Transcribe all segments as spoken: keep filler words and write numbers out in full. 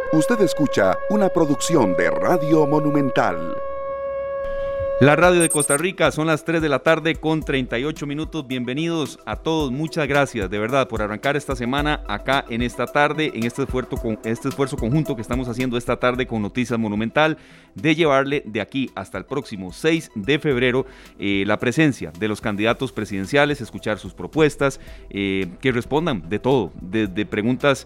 Usted escucha una producción de Radio Monumental. La radio de Costa Rica, son las tres de la tarde con treinta y ocho minutos. Bienvenidos a todos, muchas gracias de verdad por arrancar esta semana acá en esta tarde, en este esfuerzo, con, este esfuerzo conjunto que estamos haciendo esta tarde con Noticias Monumental, de llevarle de aquí hasta el próximo seis de febrero eh, la presencia de los candidatos presidenciales, escuchar sus propuestas, eh, que respondan de todo, desde de preguntas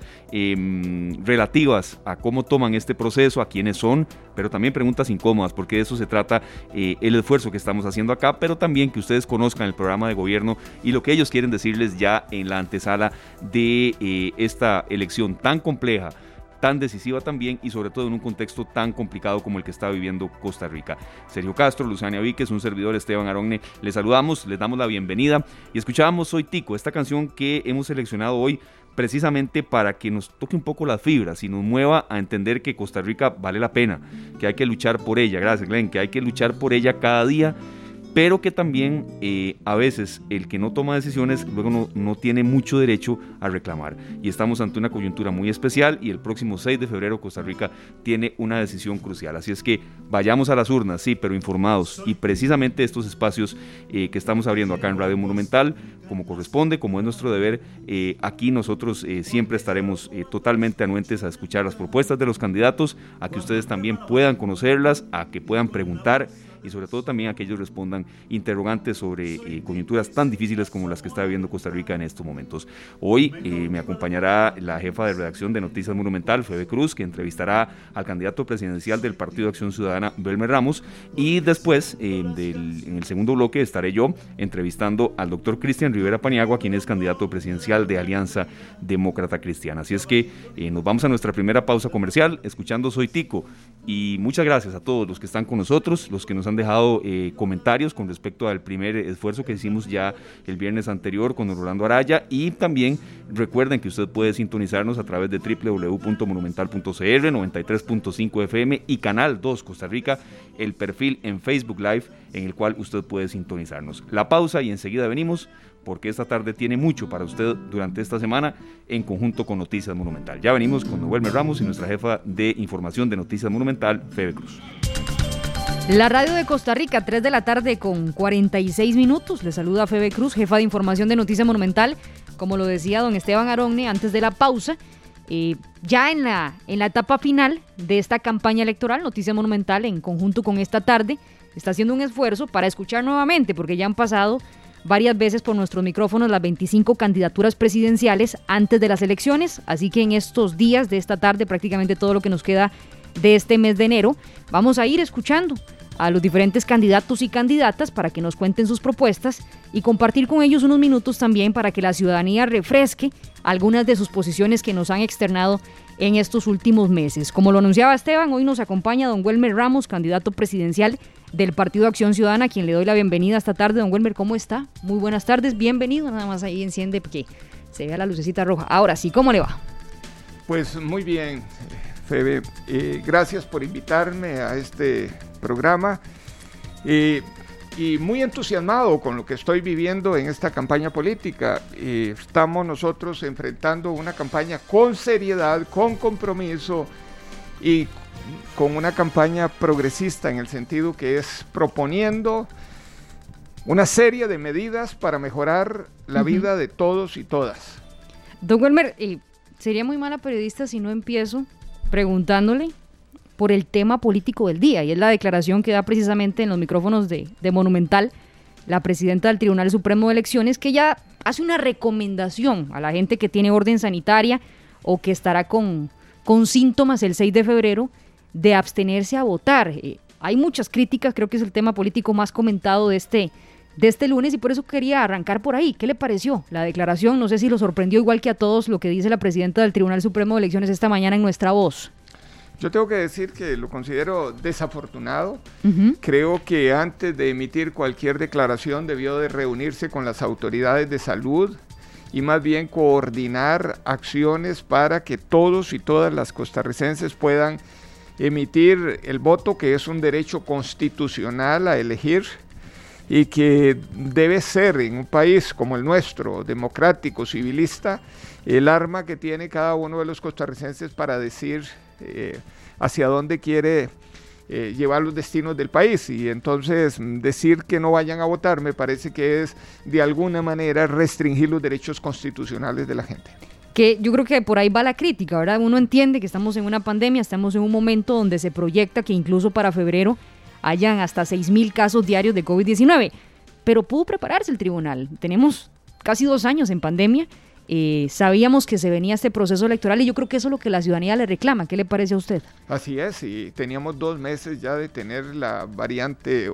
eh, relativas a cómo toman este proceso, a quiénes son, pero también preguntas incómodas, porque de eso se trata eh, el esfuerzo que estamos haciendo acá, pero también que ustedes conozcan el programa de gobierno y lo que ellos quieren decirles ya en la antesala de eh, esta elección tan compleja, tan decisiva también, y sobre todo en un contexto tan complicado como el que está viviendo Costa Rica. Sergio Castro, Luzania Víquez, un servidor, Esteban Aronne, les saludamos, les damos la bienvenida y escuchábamos Soy Tico, esta canción que hemos seleccionado hoy precisamente para que nos toque un poco las fibras y nos mueva a entender que Costa Rica vale la pena, que hay que luchar por ella, gracias Glenn, que hay que luchar por ella cada día, pero que también eh, a veces el que no toma decisiones luego no, no tiene mucho derecho a reclamar, y estamos ante una coyuntura muy especial y el próximo seis de febrero Costa Rica tiene una decisión crucial, así es que vayamos a las urnas, sí, pero informados, y precisamente estos espacios eh, que estamos abriendo acá en Radio Monumental, como corresponde, como es nuestro deber, eh, aquí nosotros eh, siempre estaremos eh, totalmente anuentes a escuchar las propuestas de los candidatos, a que ustedes también puedan conocerlas, a que puedan preguntar, y sobre todo también a que ellos respondan interrogantes sobre eh, coyunturas tan difíciles como las que está viviendo Costa Rica en estos momentos. Hoy eh, me acompañará la jefa de redacción de Noticias Monumental, Febe Cruz, que entrevistará al candidato presidencial del Partido de Acción Ciudadana, Welmer Ramos, y después, eh, del, en el segundo bloque, estaré yo entrevistando al doctor Cristian Rivera Paniagua, quien es candidato presidencial de Alianza Demócrata Cristiana. Así es que eh, nos vamos a nuestra primera pausa comercial, escuchando Soy Tico, y muchas gracias a todos los que están con nosotros, los que nos han dejado eh, comentarios con respecto al primer esfuerzo que hicimos ya el viernes anterior con Rolando Araya, y también recuerden que usted puede sintonizarnos a través de doble u doble u doble u punto monumental punto c r, noventa y tres punto cinco F M y Canal dos Costa Rica, el perfil en Facebook Live en el cual usted puede sintonizarnos. La pausa y enseguida venimos, porque esta tarde tiene mucho para usted durante esta semana en conjunto con Noticias Monumental. Ya venimos con Welmer Ramos y nuestra jefa de información de Noticias Monumental, Febe Cruz. La radio de Costa Rica, tres de la tarde con cuarenta y seis minutos. Le saluda Febe Cruz, jefa de información de Noticias Monumental. Como lo decía don Esteban Aronne antes de la pausa, eh, ya en la, en la etapa final de esta campaña electoral, Noticias Monumental, en conjunto con Esta Tarde, está haciendo un esfuerzo para escuchar nuevamente, porque ya han pasado varias veces por nuestros micrófonos las veinticinco candidaturas presidenciales antes de las elecciones, así que en estos días de esta tarde, prácticamente todo lo que nos queda de este mes de enero, vamos a ir escuchando a los diferentes candidatos y candidatas para que nos cuenten sus propuestas y compartir con ellos unos minutos también para que la ciudadanía refresque algunas de sus posiciones que nos han externado en estos últimos meses. Como lo anunciaba Esteban, hoy nos acompaña don Welmer Ramos, candidato presidencial del Partido Acción Ciudadana, a quien le doy la bienvenida esta tarde. Don Welmer, ¿cómo está? Muy buenas tardes, bienvenido. Nada más ahí enciende porque se vea la lucecita roja. Ahora sí, ¿cómo le va? Pues muy bien, Febe, eh, gracias por invitarme a este programa eh, y muy entusiasmado con lo que estoy viviendo en esta campaña política. Eh, estamos nosotros enfrentando una campaña con seriedad, con compromiso y con una campaña progresista, en el sentido que es proponiendo una serie de medidas para mejorar la uh-huh. vida de todos y todas. Don Welmer, eh, sería muy mala periodista si no empiezo preguntándole por el tema político del día, y es la declaración que da precisamente en los micrófonos de, de Monumental la presidenta del Tribunal Supremo de Elecciones, que ya hace una recomendación a la gente que tiene orden sanitaria o que estará con, con síntomas el seis de febrero de abstenerse a votar. Eh, hay muchas críticas, creo que es el tema político más comentado de este, de este lunes, y por eso quería arrancar por ahí. ¿Qué le pareció la declaración? No sé si lo sorprendió igual que a todos lo que dice la presidenta del Tribunal Supremo de Elecciones esta mañana en Nuestra Voz. Yo tengo que decir que lo considero desafortunado. Uh-huh. Creo que antes de emitir cualquier declaración debió de reunirse con las autoridades de salud y más bien coordinar acciones para que todos y todas las costarricenses puedan emitir el voto, que es un derecho constitucional a elegir. y que debe ser en un país como el nuestro, democrático, civilista, el arma que tiene cada uno de los costarricenses para decir eh, hacia dónde quiere eh, llevar los destinos del país. Y entonces decir que no vayan a votar me parece que es de alguna manera restringir los derechos constitucionales de la gente. Que yo creo que por ahí va la crítica, ¿verdad? Uno entiende que estamos en una pandemia, estamos en un momento donde se proyecta que incluso para febrero hayan hasta seis mil casos diarios de COVID diecinueve, pero pudo prepararse el tribunal. Tenemos casi dos años en pandemia, eh, sabíamos que se venía este proceso electoral y yo creo que eso es lo que la ciudadanía le reclama. ¿Qué le parece a usted? Así es, y teníamos dos meses ya de tener la variante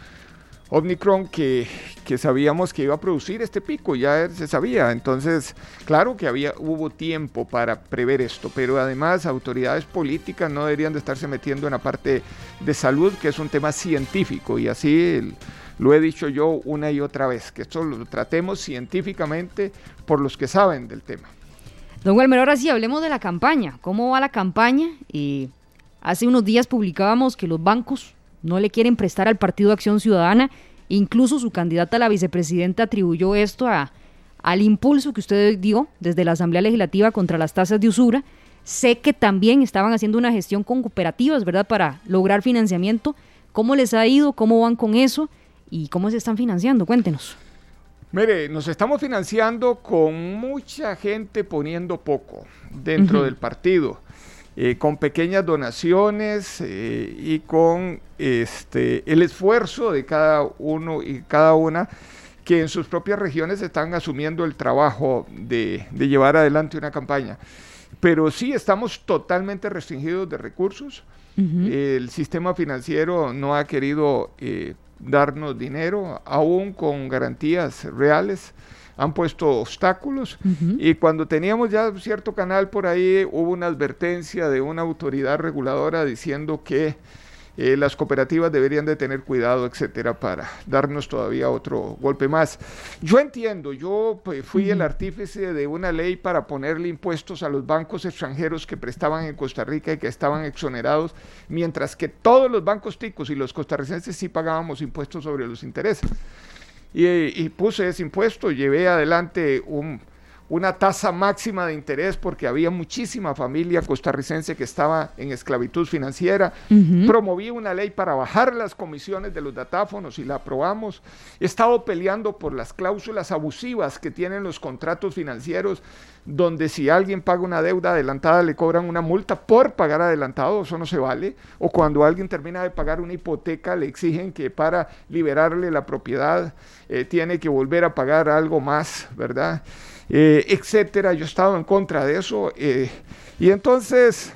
Omicron que, que sabíamos que iba a producir este pico, ya se sabía. Entonces, claro que había, hubo tiempo para prever esto, pero además autoridades políticas no deberían de estarse metiendo en la parte de salud, que es un tema científico, y así el, lo he dicho yo una y otra vez, que esto lo tratemos científicamente por los que saben del tema. Don Walmer, ahora sí, hablemos de la campaña. ¿Cómo va la campaña? Y hace unos días publicábamos que los bancos no le quieren prestar al Partido Acción Ciudadana, incluso su candidata a la vicepresidenta atribuyó esto a, al impulso que usted dio desde la Asamblea Legislativa contra las tasas de usura. Sé que también estaban haciendo una gestión con cooperativas, ¿verdad?, para lograr financiamiento. ¿Cómo les ha ido? ¿Cómo van con eso? ¿Y cómo se están financiando? Cuéntenos. Mire, nos estamos financiando con mucha gente poniendo poco dentro uh-huh. del partido. Eh, con pequeñas donaciones eh, y con este, el esfuerzo de cada uno y cada una que en sus propias regiones están asumiendo el trabajo de, de llevar adelante una campaña. Pero sí estamos totalmente restringidos de recursos. Uh-huh. El sistema financiero no ha querido eh, darnos dinero, aún con garantías reales. Han puesto obstáculos uh-huh. y cuando teníamos ya cierto canal por ahí hubo una advertencia de una autoridad reguladora diciendo que eh, las cooperativas deberían de tener cuidado, etcétera, para darnos todavía otro golpe más. Yo entiendo, yo pues, fui uh-huh. el artífice de una ley para ponerle impuestos a los bancos extranjeros que prestaban en Costa Rica y que estaban exonerados, mientras que todos los bancos ticos y los costarricenses sí pagábamos impuestos sobre los intereses. Y, y puse ese impuesto, llevé adelante un, una tasa máxima de interés porque había muchísima familia costarricense que estaba en esclavitud financiera. Uh-huh. Promoví una ley para bajar las comisiones de los datáfonos y la aprobamos. He estado peleando por las cláusulas abusivas que tienen los contratos financieros, donde si alguien paga una deuda adelantada le cobran una multa por pagar adelantado, eso no se vale, o cuando alguien termina de pagar una hipoteca le exigen que para liberarle la propiedad eh, tiene que volver a pagar algo más, ¿verdad? Eh, etcétera. Yo he estado en contra de eso eh, y entonces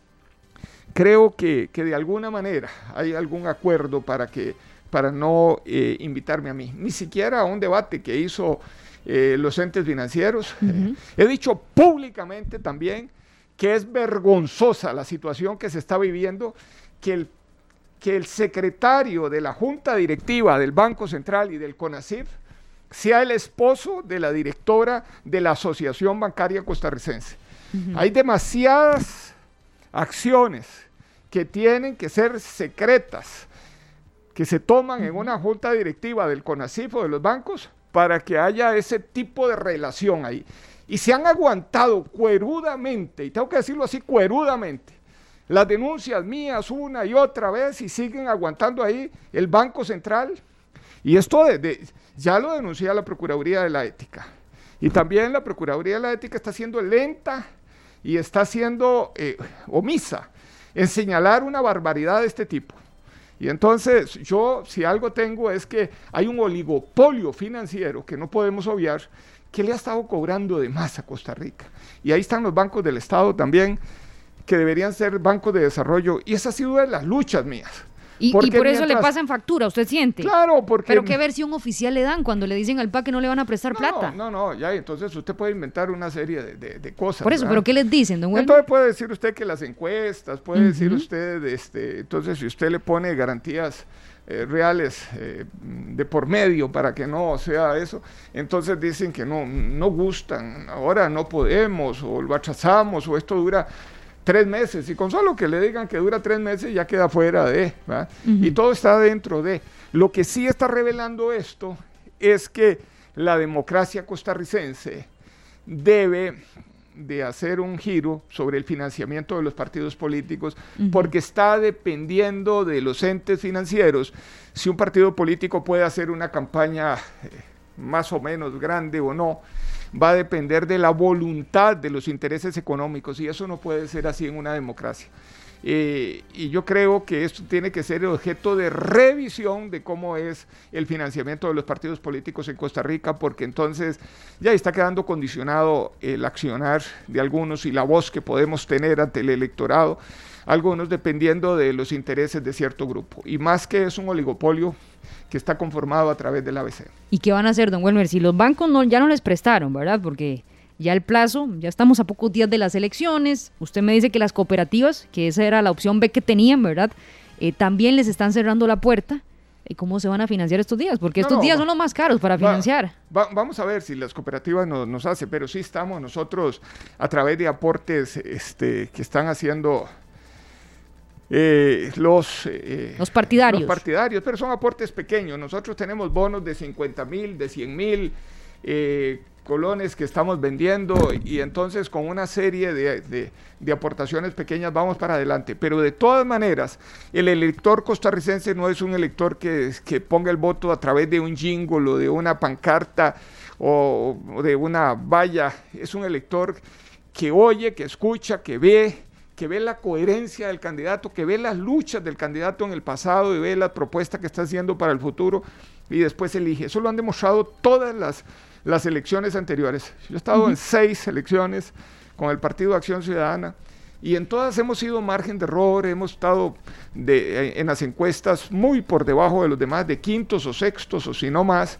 creo que, que de alguna manera hay algún acuerdo para, que, para no eh, invitarme a mí, ni siquiera a un debate que hizo Eh, los entes financieros. Uh-huh. eh, he dicho públicamente también que es vergonzosa la situación que se está viviendo, que el, que el secretario de la Junta Directiva del Banco Central y del CONACYT sea el esposo de la directora de la Asociación Bancaria Costarricense. Uh-huh. Hay demasiadas acciones que tienen que ser secretas, que se toman uh-huh. en una Junta Directiva del CONACYT o de los bancos, para que haya ese tipo de relación ahí. Y se han aguantado cuerudamente, y tengo que decirlo así, cuerudamente, las denuncias mías una y otra vez, y siguen aguantando ahí el Banco Central. Y esto de, de, ya lo denuncié a la Procuraduría de la Ética. Y también la Procuraduría de la Ética está siendo lenta y está siendo eh, omisa en señalar una barbaridad de este tipo. Y entonces yo, si algo tengo es que hay un oligopolio financiero que no podemos obviar, que le ha estado cobrando de más a Costa Rica. Y ahí están los bancos del Estado también, que deberían ser bancos de desarrollo. Y esa ha sido de las luchas mías. Y, y por mientras, eso le pasan factura, ¿usted siente? Claro, porque... ¿Pero qué versión oficial le dan cuando le dicen al P A C que no le van a prestar no, plata? No, no, ya, entonces usted puede inventar una serie de, de, de cosas. Por eso, ¿verdad? ¿Pero qué les dicen, don Walmer? Entonces puede decir usted que las encuestas, puede uh-huh. decir usted, este, entonces si usted le pone garantías eh, reales eh, de por medio para que no sea eso, entonces dicen que no, no gustan, ahora no podemos, o lo atrasamos, o esto dura tres meses, y con solo que le digan que dura tres meses ya queda fuera de, ¿verdad? Uh-huh. Y todo está dentro de. Lo que sí está revelando esto es que la democracia costarricense debe de hacer un giro sobre el financiamiento de los partidos políticos, uh-huh. porque está dependiendo de los entes financieros si un partido político puede hacer una campaña eh, más o menos grande o no. Va a depender de la voluntad de los intereses económicos, y eso no puede ser así en una democracia. Eh, y yo creo que esto tiene que ser el objeto de revisión de cómo es el financiamiento de los partidos políticos en Costa Rica, porque entonces ya está quedando condicionado el accionar de algunos y la voz que podemos tener ante el electorado, algunos dependiendo de los intereses de cierto grupo, y más que es un oligopolio que está conformado a través del A B C. ¿Y qué van a hacer, don Welmer? Si los bancos no, ya no les prestaron, ¿verdad? Porque ya el plazo, ya estamos a pocos días de las elecciones, usted me dice que las cooperativas, que esa era la opción B que tenían, ¿verdad? Eh, también les están cerrando la puerta. ¿Y cómo se van a financiar estos días? Porque estos no, no, días son los más caros para financiar. Va, va, vamos a ver si las cooperativas no, nos hacen, pero sí estamos nosotros a través de aportes este, que están haciendo eh, los, eh, los partidarios. Los partidarios, pero son aportes pequeños. Nosotros tenemos bonos de cincuenta mil, de cien mil, eh, colones que estamos vendiendo, y entonces con una serie de, de, de aportaciones pequeñas vamos para adelante, pero de todas maneras el elector costarricense no es un elector que, que ponga el voto a través de un jingle o de una pancarta o, o de una valla, es un elector que oye, que escucha, que ve, que ve la coherencia del candidato, que ve las luchas del candidato en el pasado y ve la propuesta que está haciendo para el futuro y después elige. Eso lo han demostrado todas las las elecciones anteriores. Yo he estado uh-huh. en seis elecciones con el Partido Acción Ciudadana, y en todas hemos sido margen de error, hemos estado de, en las encuestas muy por debajo de los demás, de quintos o sextos o si no más,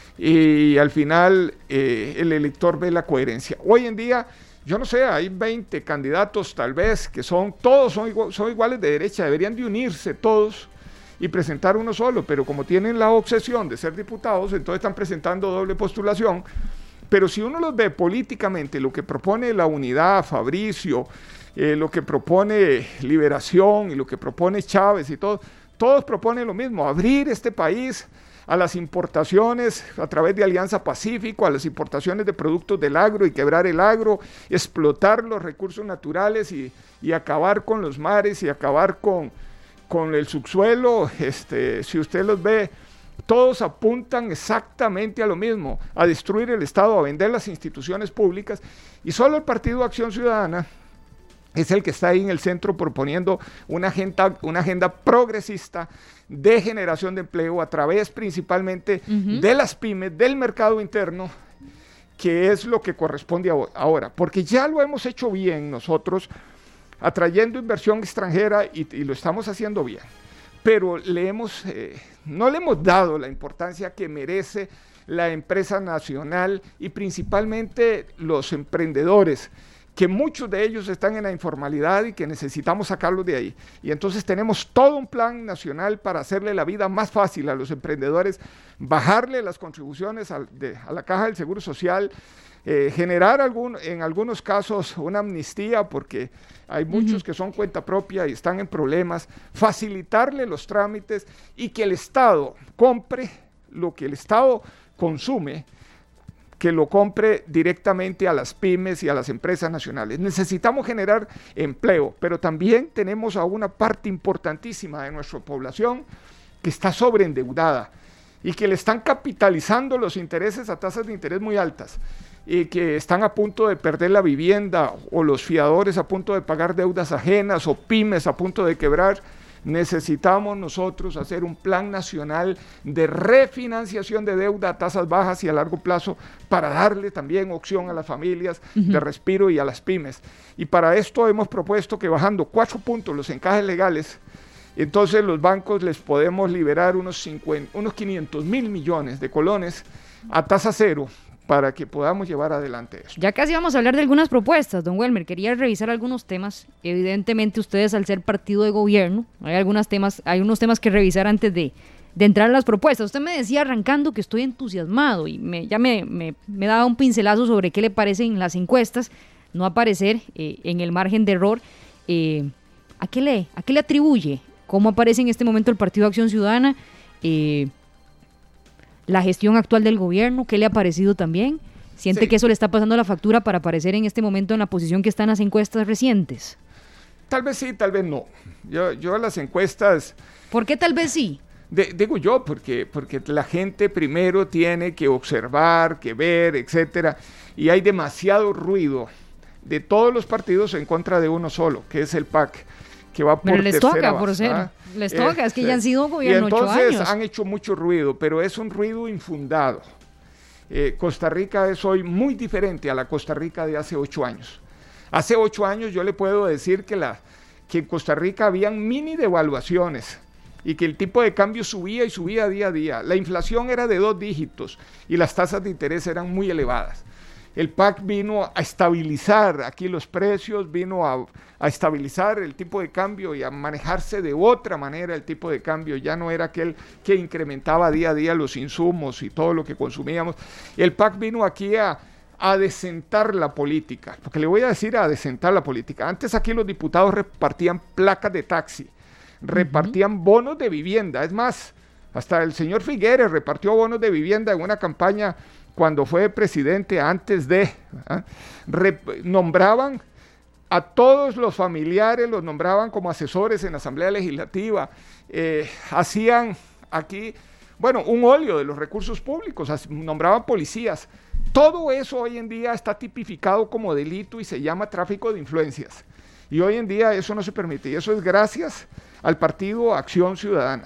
y al final eh, el elector ve la coherencia. Hoy en día, yo no sé, hay veinte candidatos tal vez que son, todos son, igual, son iguales de derecha, deberían de unirse todos y presentar uno solo, pero como tienen la obsesión de ser diputados, entonces están presentando doble postulación. Pero si uno los ve políticamente, lo que propone la unidad, Fabricio, eh, lo que propone Liberación y lo que propone Chávez y todo, todos proponen lo mismo: abrir este país a las importaciones a través de Alianza Pacífico, a las importaciones de productos del agro y quebrar el agro, explotar los recursos naturales y, y acabar con los mares y acabar con con el subsuelo. Este, si usted los ve, todos apuntan exactamente a lo mismo, a destruir el Estado, a vender las instituciones públicas, y solo el Partido Acción Ciudadana es el que está ahí en el centro proponiendo una agenda, una agenda progresista de generación de empleo a través principalmente uh-huh. de las pymes, del mercado interno, que es lo que corresponde ahora, porque ya lo hemos hecho bien nosotros, atrayendo inversión extranjera, y, y lo estamos haciendo bien, pero le hemos, eh, no le hemos dado la importancia que merece la empresa nacional y principalmente los emprendedores, que muchos de ellos están en la informalidad y que necesitamos sacarlos de ahí. Y entonces tenemos todo un plan nacional para hacerle la vida más fácil a los emprendedores, bajarle las contribuciones a, de, a la Caja del Seguro Social, Eh, generar algún, en algunos casos una amnistía, porque hay muchos uh-huh. que son cuenta propia y están en problemas, facilitarle los trámites y que el Estado compre lo que el Estado consume, que lo compre directamente a las pymes y a las empresas nacionales. Necesitamos generar empleo, pero también tenemos a una parte importantísima de nuestra población que está sobreendeudada y que le están capitalizando los intereses a tasas de interés muy altas, y que están a punto de perder la vivienda, o los fiadores a punto de pagar deudas ajenas, o pymes a punto de quebrar. Necesitamos nosotros hacer un plan nacional de refinanciación de deuda a tasas bajas y a largo plazo, para darle también opción a las familias uh-huh. de respiro y a las pymes. Y para esto hemos propuesto que bajando cuatro puntos los encajes legales, entonces los bancos les podemos liberar unos, cincuenta, unos quinientos mil millones de colones a tasa cero, para que podamos llevar adelante eso. Ya casi vamos a hablar de algunas propuestas, don Welmer. Quería revisar algunos temas. Evidentemente, ustedes, al ser partido de gobierno, hay algunos temas, hay unos temas que revisar antes de, de entrar a las propuestas. Usted me decía arrancando que estoy entusiasmado, y me, ya me, me, me daba un pincelazo sobre qué le parecen las encuestas, no aparecer eh, en el margen de error. Eh, ¿a, qué le, ¿A qué le atribuye? ¿Cómo aparece en este momento el Partido Acción Ciudadana? Eh, ¿La gestión actual del gobierno? ¿Qué le ha parecido también? ¿Siente sí. que eso le está pasando la factura para aparecer en este momento en la posición que está en las encuestas recientes? Tal vez sí, tal vez no. Yo, yo las encuestas... ¿Por qué tal vez sí? De, digo yo, porque, porque la gente primero tiene que observar, que ver, etcétera, y hay demasiado ruido de todos los partidos en contra de uno solo, que es el P A C, que va por pero les tercera toca, por ser, ¿ah? les toca, eh, es que ya han sido y gobierno ocho años. entonces han hecho mucho ruido, pero es un ruido infundado. Eh, Costa Rica es hoy muy diferente a la Costa Rica de hace ocho años. Hace ocho años yo le puedo decir que, la, que en Costa Rica habían mini devaluaciones y que el tipo de cambio subía y subía día a día. La inflación era de dos dígitos y las tasas de interés eran muy elevadas. El P A C vino a estabilizar aquí los precios, vino a, a estabilizar el tipo de cambio y a manejarse de otra manera el tipo de cambio. Ya no era aquel que incrementaba día a día los insumos y todo lo que consumíamos. El P A C vino aquí a, a desentar la política, porque le voy a decir a desentar la política. Antes aquí los diputados repartían placas de taxi, repartían uh-huh. bonos de vivienda. Es más, hasta el señor Figueres repartió bonos de vivienda en una campaña cuando fue presidente, antes de, ¿eh? Rep- nombraban a todos los familiares, los nombraban como asesores en la Asamblea Legislativa, eh, hacían aquí, bueno, un óleo de los recursos públicos, as- nombraban policías. Todo eso hoy en día está tipificado como delito y se llama tráfico de influencias. Y hoy en día eso no se permite, y eso es gracias al Partido Acción Ciudadana.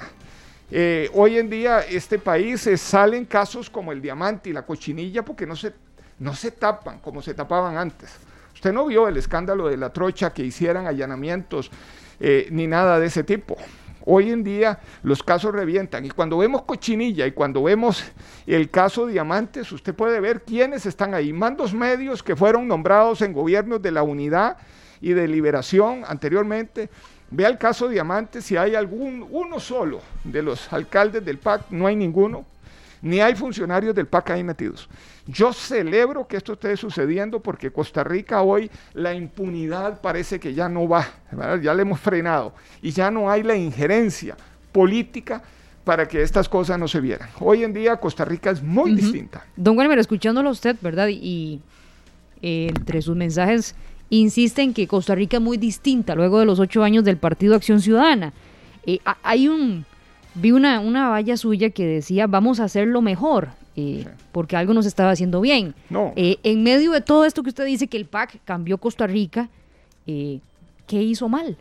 Eh, hoy en día este país eh, salen casos como el diamante y la cochinilla porque no se, no se tapan como se tapaban antes. Usted no vio el escándalo de la trocha, que hicieran allanamientos eh, ni nada de ese tipo. Hoy en día los casos revientan, y cuando vemos cochinilla y cuando vemos el caso Diamantes, usted puede ver quiénes están ahí. Mandos medios que fueron nombrados en gobiernos de la Unidad y de Liberación anteriormente. Vea el caso Diamantes, si hay algún, uno solo de los alcaldes del P A C, no hay ninguno, ni hay funcionarios del P A C ahí metidos. Yo celebro que esto esté sucediendo porque Costa Rica hoy la impunidad parece que ya no va, ¿verdad? Ya le hemos frenado y ya no hay la injerencia política para que estas cosas no se vieran. Hoy en día Costa Rica es muy uh-huh. distinta. Don Welmer, escuchándolo a usted, ¿verdad? Y eh, entre sus mensajes insiste en que Costa Rica es muy distinta luego de los ocho años del Partido Acción Ciudadana. Eh, hay un, vi una, una valla suya que decía, vamos a hacerlo mejor, eh, sí. porque algo nos estaba haciendo bien. No. Eh, en medio de todo esto que usted dice que el P A C cambió Costa Rica, eh, ¿qué hizo mal?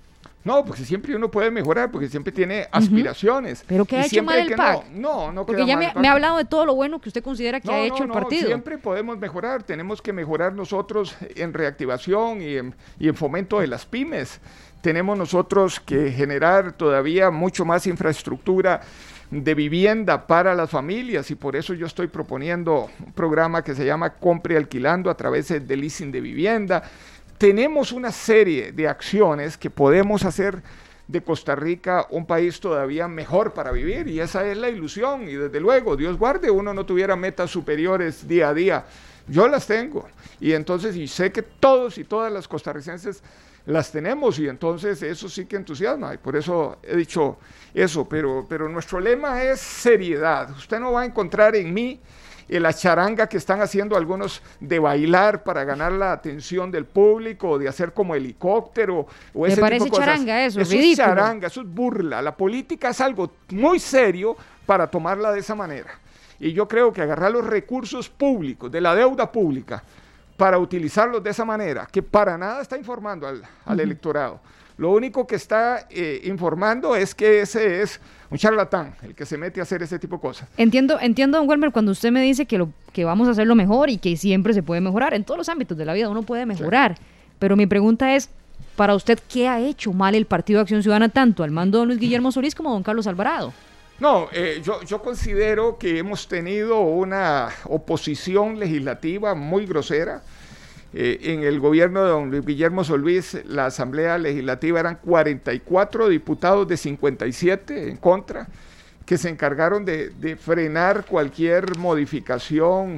No, porque siempre uno puede mejorar, porque siempre tiene aspiraciones. Uh-huh. ¿Pero qué ha hecho mal el P A C? No, no, no porque ya me, me ha hablado de todo lo bueno que usted considera que no, ha hecho no, el no, partido. Siempre podemos mejorar, tenemos que mejorar nosotros en reactivación y en, y en fomento de las pymes. Tenemos nosotros que generar todavía mucho más infraestructura de vivienda para las familias, y por eso yo estoy proponiendo un programa que se llama Compre Alquilando a través de leasing de vivienda. Tenemos una serie de acciones que podemos hacer de Costa Rica un país todavía mejor para vivir, y esa es la ilusión, y desde luego, Dios guarde, uno no tuviera metas superiores día a día. Yo las tengo, y entonces, y sé que todos y todas las costarricenses las tenemos, y entonces eso sí que entusiasma, y por eso he dicho eso, pero, pero nuestro lema es seriedad. Usted no va a encontrar en mí la charanga que están haciendo algunos de bailar para ganar la atención del público, o de hacer como helicóptero, o ese tipo de cosas. ¿Me parece charanga eso? Eso ridículo. es charanga, eso es burla. La política es algo muy serio para tomarla de esa manera. Y yo creo que agarrar los recursos públicos, de la deuda pública, para utilizarlos de esa manera, que para nada está informando al, al uh-huh. electorado. Lo único que está eh, informando es que ese es un charlatán, el que se mete a hacer ese tipo de cosas. Entiendo, entiendo, don Welmer, cuando usted me dice que, lo, que vamos a hacerlo mejor y que siempre se puede mejorar. En todos los ámbitos de la vida uno puede mejorar. Sí. Pero mi pregunta es, para usted, ¿qué ha hecho mal el Partido de Acción Ciudadana tanto al mando de don Luis Guillermo Solís como don Carlos Alvarado? No, eh, yo, yo considero que hemos tenido una oposición legislativa muy grosera. Eh, en el gobierno de don Luis Guillermo Solís, la Asamblea Legislativa eran cuarenta y cuatro diputados de cincuenta y siete en contra, que se encargaron de, de frenar cualquier modificación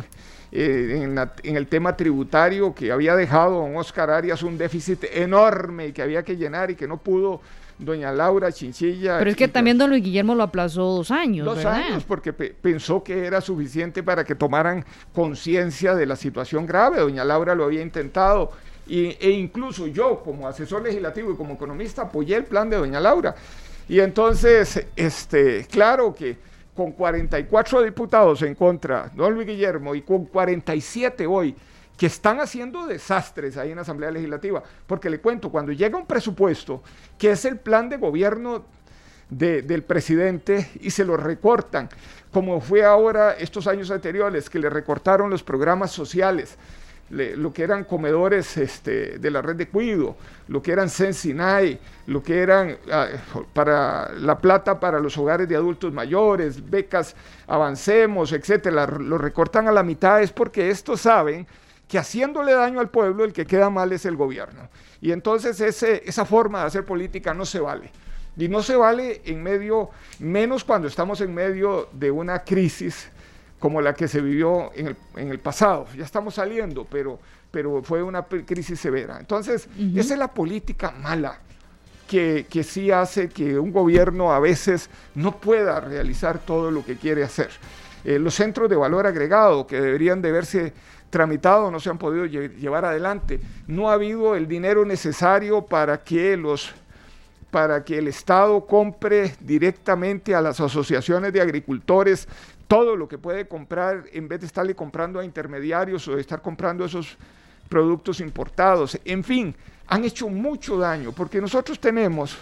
eh, en, la, en el tema tributario, que había dejado don Oscar Arias un déficit enorme y que había que llenar y que no pudo doña Laura Chinchilla. Pero es que también don Luis Guillermo lo aplazó dos años, Dos ¿verdad? años, porque pe pensó que era suficiente para que tomaran conciencia de la situación grave. Doña Laura lo había intentado y, e incluso yo, como asesor legislativo y como economista, apoyé el plan de doña Laura. Y entonces, este, claro que con cuarenta y cuatro diputados en contra, don Luis Guillermo, y con cuarenta y siete hoy, que están haciendo desastres ahí en la Asamblea Legislativa, porque le cuento, cuando llega un presupuesto, que es el plan de gobierno de, del presidente, y se lo recortan, como fue ahora estos años anteriores, que le recortaron los programas sociales, le, lo que eran comedores este, de la red de cuido, lo que eran Sensinay, lo que eran uh, para la plata para los hogares de adultos mayores, becas Avancemos, etcétera, lo recortan a la mitad, es porque estos saben que haciéndole daño al pueblo, el que queda mal es el gobierno. Y entonces ese, esa forma de hacer política no se vale. Y no se vale en medio, menos cuando estamos en medio de una crisis como la que se vivió en el, en el pasado. Ya estamos saliendo, pero, pero fue una crisis severa. Entonces, uh-huh. esa es la política mala, que, que sí hace que un gobierno a veces no pueda realizar todo lo que quiere hacer. Eh, los centros de valor agregado, que deberían de verse tramitado, no se han podido lle llevar adelante. No ha habido el dinero necesario para que los para que el Estado compre directamente a las asociaciones de agricultores todo lo que puede comprar, en vez de estarle comprando a intermediarios o de estar comprando esos productos importados. En fin, han hecho mucho daño, porque nosotros tenemos,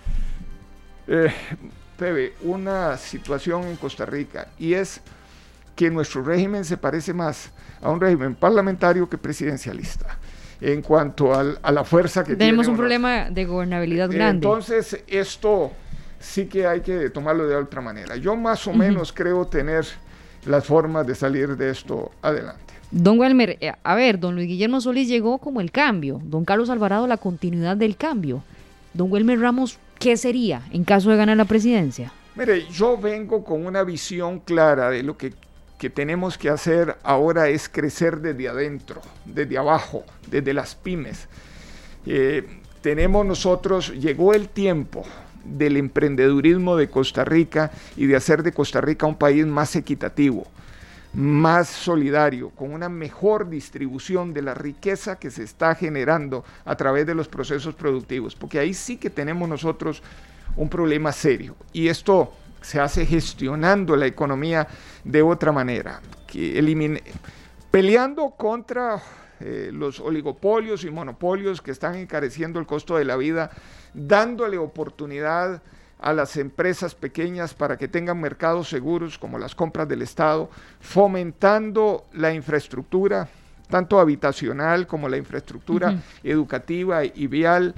eh, Pepe, una situación en Costa Rica, y es que nuestro régimen se parece más a un régimen parlamentario que presidencialista, en cuanto al, a la fuerza que tenemos tiene. Tenemos un uno. problema de gobernabilidad grande. Entonces, esto sí que hay que tomarlo de otra manera. Yo más o uh-huh. menos creo tener las formas de salir de esto adelante. Don Welmer, a ver, don Luis Guillermo Solís llegó como el cambio, don Carlos Alvarado la continuidad del cambio. Don Welmer Ramos, ¿qué sería en caso de ganar la presidencia? Mire, yo vengo con una visión clara de lo que que tenemos que hacer ahora es crecer desde adentro, desde abajo, desde las pymes. Eh, tenemos nosotros, llegó el tiempo del emprendedurismo de Costa Rica y de hacer de Costa Rica un país más equitativo, más solidario, con una mejor distribución de la riqueza que se está generando a través de los procesos productivos, porque ahí sí que tenemos nosotros un problema serio, y esto se hace gestionando la economía de otra manera, que elimine, peleando contra eh, los oligopolios y monopolios que están encareciendo el costo de la vida, dándole oportunidad a las empresas pequeñas para que tengan mercados seguros como las compras del Estado, fomentando la infraestructura, tanto habitacional como la infraestructura uh-huh. educativa y vial,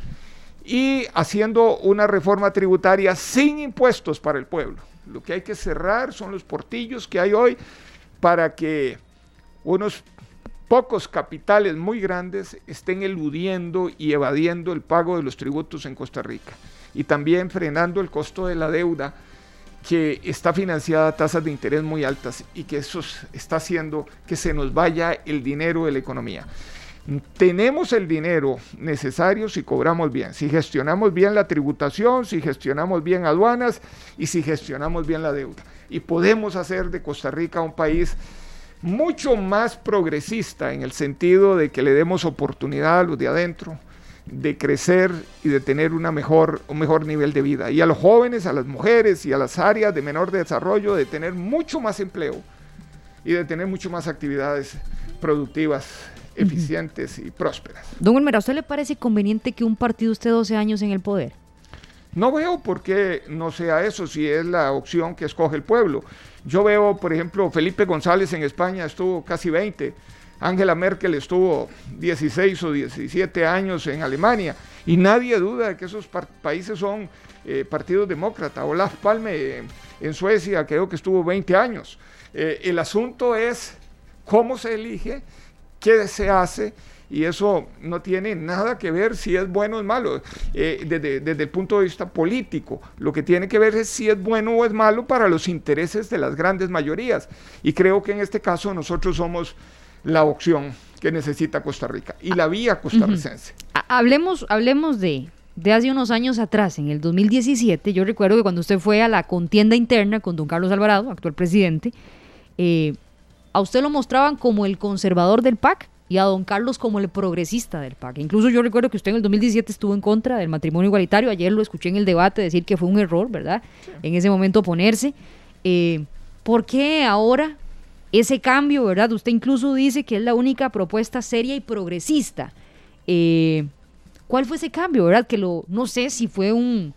y haciendo una reforma tributaria sin impuestos para el pueblo. Lo que hay que cerrar son los portillos que hay hoy para que unos pocos capitales muy grandes estén eludiendo y evadiendo el pago de los tributos en Costa Rica, y también frenando el costo de la deuda, que está financiada a tasas de interés muy altas, y que eso está haciendo que se nos vaya el dinero de la economía. Tenemos el dinero necesario si cobramos bien, si gestionamos bien la tributación, si gestionamos bien aduanas y si gestionamos bien la deuda. Y podemos hacer de Costa Rica un país mucho más progresista, en el sentido de que le demos oportunidad a los de adentro de crecer y de tener una mejor, un mejor nivel de vida. Y a los jóvenes, a las mujeres y a las áreas de menor desarrollo, de tener mucho más empleo y de tener mucho más actividades productivas eficientes y prósperas. Don Welmer, ¿a usted le parece conveniente que un partido esté doce años en el poder? No veo por qué no sea eso, si es la opción que escoge el pueblo. Yo veo, por ejemplo, Felipe González en España estuvo casi veinte, Angela Merkel estuvo dieciséis o diecisiete años en Alemania, y nadie duda de que esos países son eh, partidos demócratas. Olaf Palme en, en Suecia creo que estuvo veinte años. Eh, el asunto es cómo se elige, qué se hace, y eso no tiene nada que ver si es bueno o es malo, eh, desde, desde el punto de vista político. Lo que tiene que ver es si es bueno o es malo para los intereses de las grandes mayorías, y creo que en este caso nosotros somos la opción que necesita Costa Rica y la vía costarricense. Uh-huh. Hablemos, hablemos de, de hace unos años atrás, en el dos mil diecisiete, yo recuerdo que cuando usted fue a la contienda interna con don Carlos Alvarado, actual presidente, eh, a usted lo mostraban como el conservador del P A C y a don Carlos como el progresista del P A C. Incluso yo recuerdo que usted en el dos mil diecisiete estuvo en contra del matrimonio igualitario. Ayer lo escuché en el debate decir que fue un error, ¿verdad? Sí. En ese momento oponerse. Eh, ¿Por qué ahora ese cambio, verdad? Usted incluso dice que es la única propuesta seria y progresista. Eh, ¿Cuál fue ese cambio, verdad? Que lo, no sé si fue un,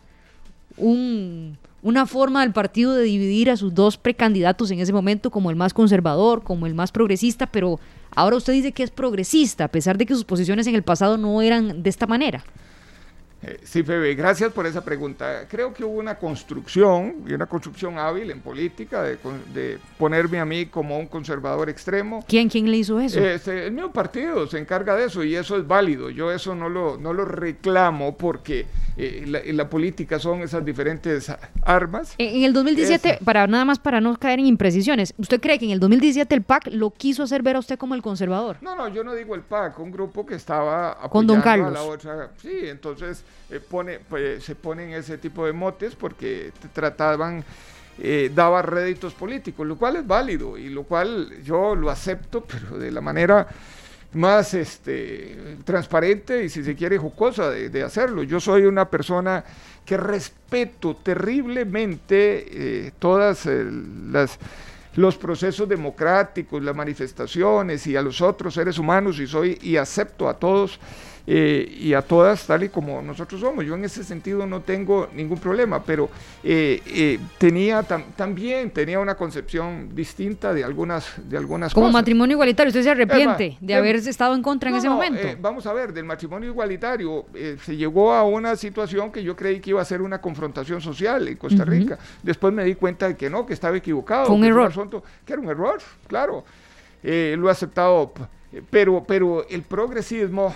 un, una forma del partido de dividir a sus dos precandidatos en ese momento, como el más conservador, como el más progresista, pero ahora usted dice que es progresista, a pesar de que sus posiciones en el pasado no eran de esta manera. Eh, sí, Febe, gracias por esa pregunta. Creo que hubo una construcción, y una construcción hábil en política, de, de ponerme a mí como un conservador extremo. ¿Quién, quién le hizo eso? Eh, el mismo partido se encarga de eso, y eso es válido. Yo eso no lo, no lo reclamo, porque eh, la, la política son esas diferentes armas. En el dos mil diecisiete, es, para nada más para no caer en imprecisiones, ¿usted cree que en el dos mil diecisiete el P A C lo quiso hacer ver a usted como el conservador? No, no, yo no digo el P A C, un grupo que estaba apoyando con don Carlos. A la otra. Sí, entonces... Eh, pone, pues, se ponen ese tipo de motes porque trataban, eh, daba réditos políticos, lo cual es válido y lo cual yo lo acepto, pero de la manera más este, transparente y, si se quiere, jocosa de, de hacerlo. Yo soy una persona que respeto terriblemente eh, todas eh, las... los procesos democráticos, las manifestaciones y a los otros seres humanos, y soy y acepto a todos eh, y a todas tal y como nosotros somos. Yo en ese sentido no tengo ningún problema, pero eh, eh, tenía tam, también tenía una concepción distinta de algunas, de algunas como cosas. Como matrimonio igualitario, ¿usted se arrepiente Eva, de haber estado en contra no, en ese no, momento? Eh, vamos a ver, del matrimonio igualitario eh, se llegó a una situación que yo creí que iba a ser una confrontación social en Costa Rica. Uh-huh. Después me di cuenta de que no, que estaba equivocado. Fue un error. Que era un error, claro, eh, lo he aceptado, pero, pero el progresismo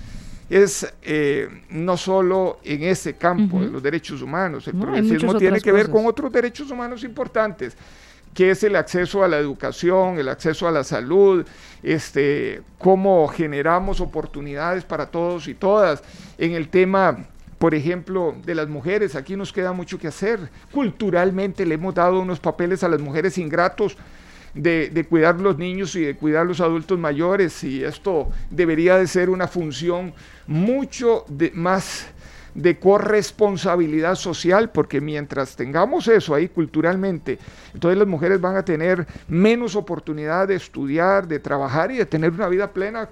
es eh, no solo en ese campo uh-huh. de los derechos humanos, el no, progresismo tiene que cosas. ver con otros derechos humanos importantes, que es el acceso a la educación, el acceso a la salud, este, cómo generamos oportunidades para todos y todas. En el tema, por ejemplo, de las mujeres, aquí nos queda mucho que hacer. Culturalmente le hemos dado unos papeles a las mujeres ingratos de, de cuidar los niños y de cuidar los adultos mayores, y esto debería de ser una función mucho de, más de corresponsabilidad social, porque mientras tengamos eso ahí culturalmente, entonces las mujeres van a tener menos oportunidad de estudiar, de trabajar y de tener una vida plena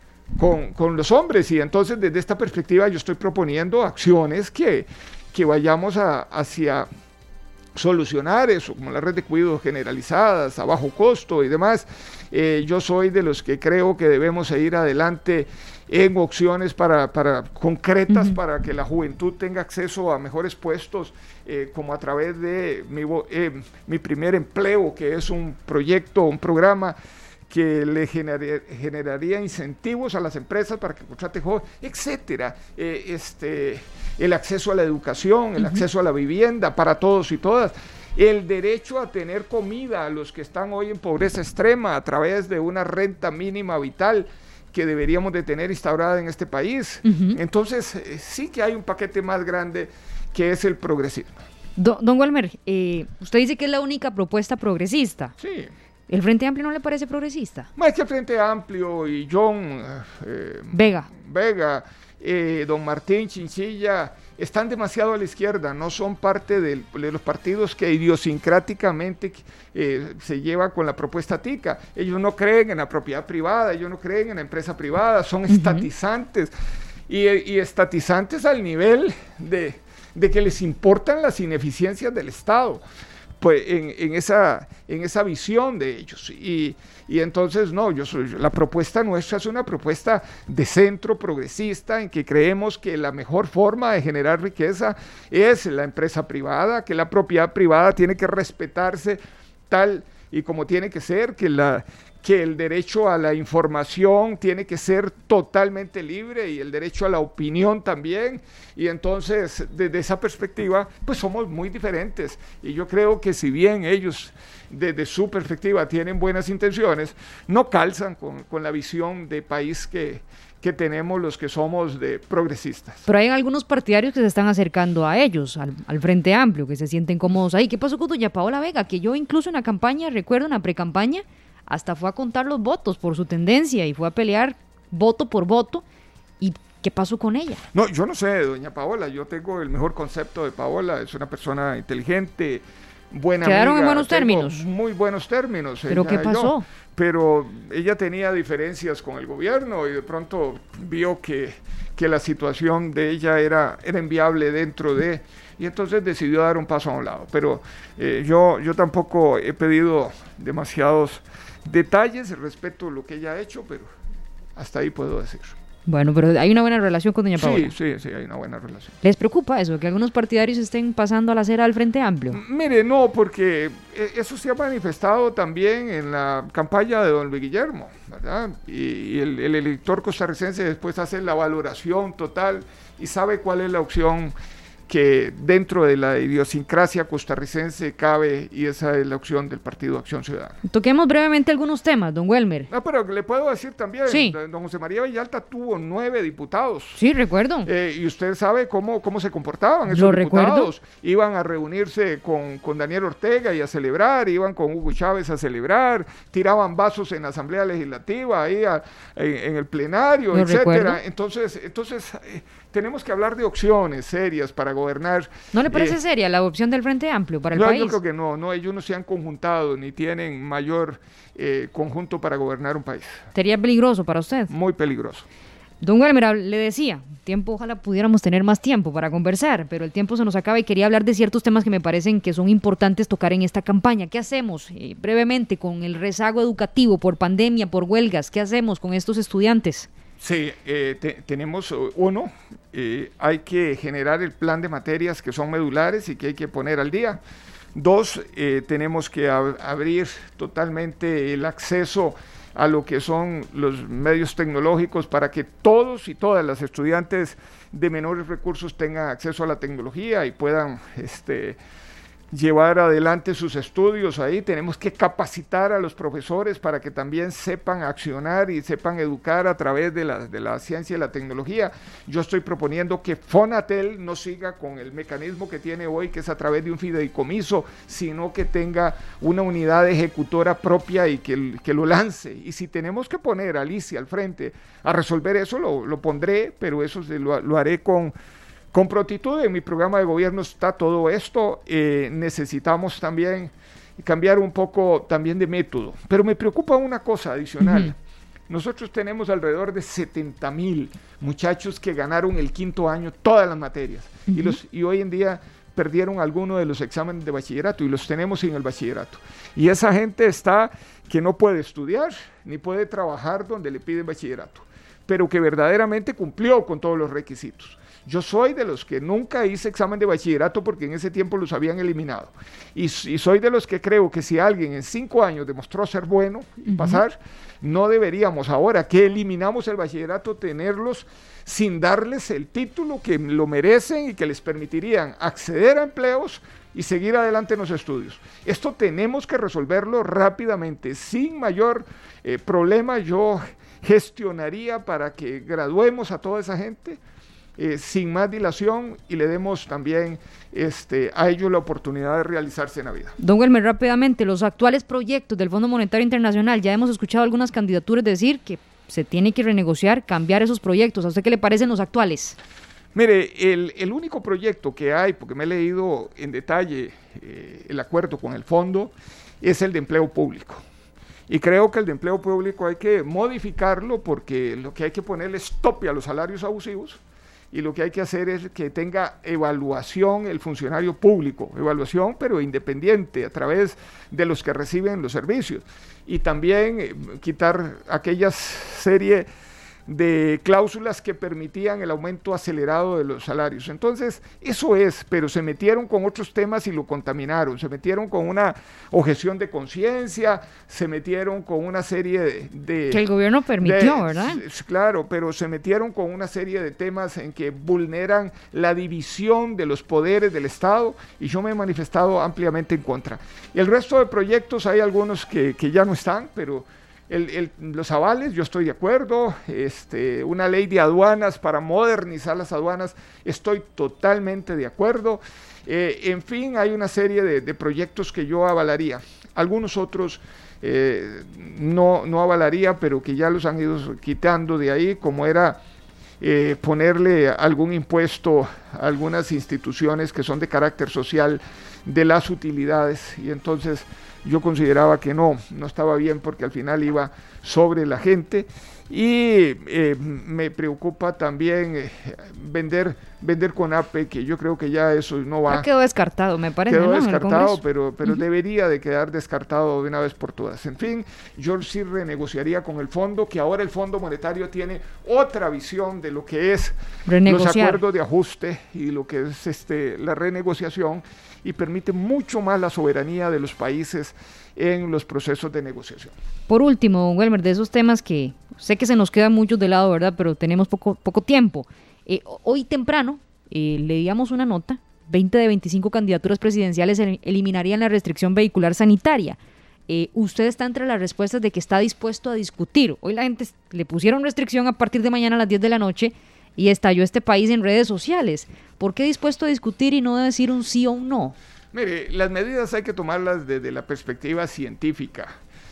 Con, con los hombres. Y entonces desde esta perspectiva yo estoy proponiendo acciones que, que vayamos a, hacia solucionar eso, como la red de cuidados generalizadas a bajo costo y demás. Eh, yo soy de los que creo que debemos ir adelante en opciones para, para concretas uh-huh. para que la juventud tenga acceso a mejores puestos, eh, como a través de mi, eh, mi primer empleo, que es un proyecto, un programa que le generaría, generaría incentivos a las empresas para que contraten jóvenes, etcétera. Eh, este, el acceso a la educación, el uh-huh. acceso a la vivienda para todos y todas, el derecho a tener comida a los que están hoy en pobreza extrema a través de una renta mínima vital que deberíamos de tener instaurada en este país. Uh-huh. Entonces, eh, sí que hay un paquete más grande que es el progresismo. Don, don Walmer, eh, usted dice que es la única propuesta progresista. Sí. ¿El Frente Amplio no le parece progresista? Más que el Frente Amplio y John eh, Vega, Vega eh, don Martín Chinchilla están demasiado a la izquierda, no son parte del, de los partidos que idiosincráticamente eh, se lleva con la propuesta tica. Ellos no creen en la propiedad privada, ellos no creen en la empresa privada, son uh-huh. estatizantes y, y estatizantes al nivel de, de que les importan las ineficiencias del Estado. Pues en, en, esa, en esa visión de ellos. Y, y entonces, no, yo soy, la propuesta nuestra es una propuesta de centro progresista, en que creemos que la mejor forma de generar riqueza es la empresa privada, que la propiedad privada tiene que respetarse tal y como tiene que ser, que, la, que el derecho a la información tiene que ser totalmente libre y el derecho a la opinión también, y entonces desde esa perspectiva pues somos muy diferentes, y yo creo que si bien ellos desde su perspectiva tienen buenas intenciones, no calzan con, con la visión de país que, que tenemos los que somos de progresistas. Pero hay algunos partidarios que se están acercando a ellos, al, al Frente Amplio, que se sienten cómodos ahí. ¿Qué pasó con doña Paola Vega? Que yo incluso en la campaña, recuerdo en la precampaña, hasta fue a contar los votos por su tendencia y fue a pelear voto por voto. ¿Y qué pasó con ella? No, yo no sé, doña Paola, yo tengo el mejor concepto de Paola, es una persona inteligente, buena ¿Quedaron amiga, en buenos términos? Muy buenos términos. ¿Pero qué pasó? Yo, pero ella tenía diferencias con el gobierno y de pronto vio que, que la situación de ella era, era inviable dentro de... y entonces decidió dar un paso a un lado. Pero eh, yo, yo tampoco he pedido demasiados detalles, respeto lo que ella ha hecho, pero hasta ahí puedo decir. Bueno, pero hay una buena relación con doña Paola. Sí, sí, sí, hay una buena relación. ¿Les preocupa eso, que algunos partidarios estén pasando a la acera al Frente Amplio? Mire, no, porque eso se ha manifestado también en la campaña de don Luis Guillermo, ¿verdad? Y, y el, el elector costarricense después hace la valoración total y sabe cuál es la opción que dentro de la idiosincrasia costarricense cabe, y esa es la opción del Partido Acción Ciudadana. Toquemos brevemente algunos temas, don Welmer. No, pero le puedo decir también, sí. Don José María Villalta tuvo nueve diputados. Sí, recuerdo. Eh, y usted sabe cómo, cómo se comportaban esos Lo diputados. recuerdo. Iban a reunirse con, con Daniel Ortega y a celebrar, iban con Hugo Chávez a celebrar, tiraban vasos en la Asamblea Legislativa, ahí a, en, en el plenario, Lo etcétera. recuerdo. Entonces, entonces eh, tenemos que hablar de opciones serias para gobernar. ¿No le parece eh, seria la opción del Frente Amplio para el yo, país? Yo creo que no, no, ellos no se han conjuntado ni tienen mayor eh, conjunto para gobernar un país. ¿Sería peligroso para usted? Muy peligroso. Don Welmer, le decía, tiempo, ojalá pudiéramos tener más tiempo para conversar, pero el tiempo se nos acaba y quería hablar de ciertos temas que me parecen que son importantes tocar en esta campaña. ¿Qué hacemos eh, brevemente con el rezago educativo por pandemia, por huelgas? ¿Qué hacemos con estos estudiantes? Sí, eh, te, tenemos uno, eh, hay que generar el plan de materias que son medulares y que hay que poner al día. Dos, eh, tenemos que ab- abrir totalmente el acceso a lo que son los medios tecnológicos para que todos y todas las estudiantes de menores recursos tengan acceso a la tecnología y puedan este, llevar adelante sus estudios ahí. Tenemos que capacitar a los profesores para que también sepan accionar y sepan educar a través de la, de la ciencia y la tecnología. Yo estoy proponiendo que Fonatel no siga con el mecanismo que tiene hoy, que es a través de un fideicomiso, sino que tenga una unidad ejecutora propia y que, que lo lance. Y si tenemos que poner a Alicia al frente a resolver eso, lo, lo pondré, pero eso se lo, lo haré con... Con prontitud. En mi programa de gobierno está todo esto. Eh, necesitamos también cambiar un poco también de método. Pero me preocupa una cosa adicional. Uh-huh. Nosotros tenemos alrededor de setenta mil muchachos que ganaron el quinto año todas las materias. Uh-huh. y, los, y hoy en día perdieron alguno de los exámenes de bachillerato y los tenemos sin el bachillerato. Y esa gente está que no puede estudiar ni puede trabajar donde le piden bachillerato, pero que verdaderamente cumplió con todos los requisitos. Yo soy de los que nunca hice examen de bachillerato porque en ese tiempo los habían eliminado. Y, y soy de los que creo que si alguien en cinco años demostró ser bueno y uh-huh. pasar, no deberíamos ahora que eliminamos el bachillerato tenerlos sin darles el título que lo merecen y que les permitirían acceder a empleos y seguir adelante en los estudios. Esto tenemos que resolverlo rápidamente, sin mayor eh, problema. Yo gestionaría para que graduemos a toda esa gente Eh, sin más dilación y le demos también este, a ellos la oportunidad de realizarse en la vida. Don Welmer, rápidamente, los actuales proyectos del Fondo Monetario Internacional, ya hemos escuchado algunas candidaturas decir que se tiene que renegociar, cambiar esos proyectos. ¿A usted qué le parecen los actuales? Mire, el, el único proyecto que hay, porque me he leído en detalle eh, el acuerdo con el fondo, es el de empleo público. Y creo que el de empleo público hay que modificarlo porque lo que hay que ponerle es tope a los salarios abusivos. Y lo que hay que hacer es que tenga evaluación el funcionario público, evaluación pero independiente a través de los que reciben los servicios. Y también eh, quitar aquella serie de cláusulas que permitían el aumento acelerado de los salarios. Entonces, eso es, pero se metieron con otros temas y lo contaminaron, se metieron con una objeción de conciencia, se metieron con una serie de... de que el gobierno permitió, de, ¿verdad? Claro, pero se metieron con una serie de temas en que vulneran la división de los poderes del Estado, y yo me he manifestado ampliamente en contra. Y el resto de proyectos, hay algunos que, que ya no están, pero... El, el, los avales, yo estoy de acuerdo, este, una ley de aduanas para modernizar las aduanas, estoy totalmente de acuerdo. Eh, en fin, hay una serie de, de proyectos que yo avalaría. Algunos otros eh, no, no avalaría, pero que ya los han ido quitando de ahí, como era eh, ponerle algún impuesto a algunas instituciones que son de carácter social de las utilidades, y entonces yo consideraba que no, no estaba bien porque al final iba sobre la gente, y eh, me preocupa también eh, vender, vender CONAPE, que yo creo que ya eso no va. Ya quedó descartado, me parece. Quedó ¿no? descartado, pero, pero uh-huh. debería de quedar descartado de una vez por todas. En fin, yo sí renegociaría con el fondo, que ahora el Fondo Monetario tiene otra visión de lo que es los acuerdos de ajuste y lo que es este, la renegociación, y permite mucho más la soberanía de los países en los procesos de negociación. Por último, don Welmer, de esos temas que sé que se nos quedan muchos de lado, ¿verdad? Pero tenemos poco, poco tiempo. Eh, hoy temprano eh, leíamos una nota, veinte de veinticinco candidaturas presidenciales eliminarían la restricción vehicular sanitaria. Eh, usted está entre las respuestas de que está dispuesto a discutir. Hoy la gente le pusieron restricción a partir de mañana a las diez de la noche, y estalló este país en redes sociales. ¿Por qué dispuesto a discutir y no decir un sí o un no? Mire, las medidas hay que tomarlas desde la perspectiva científica.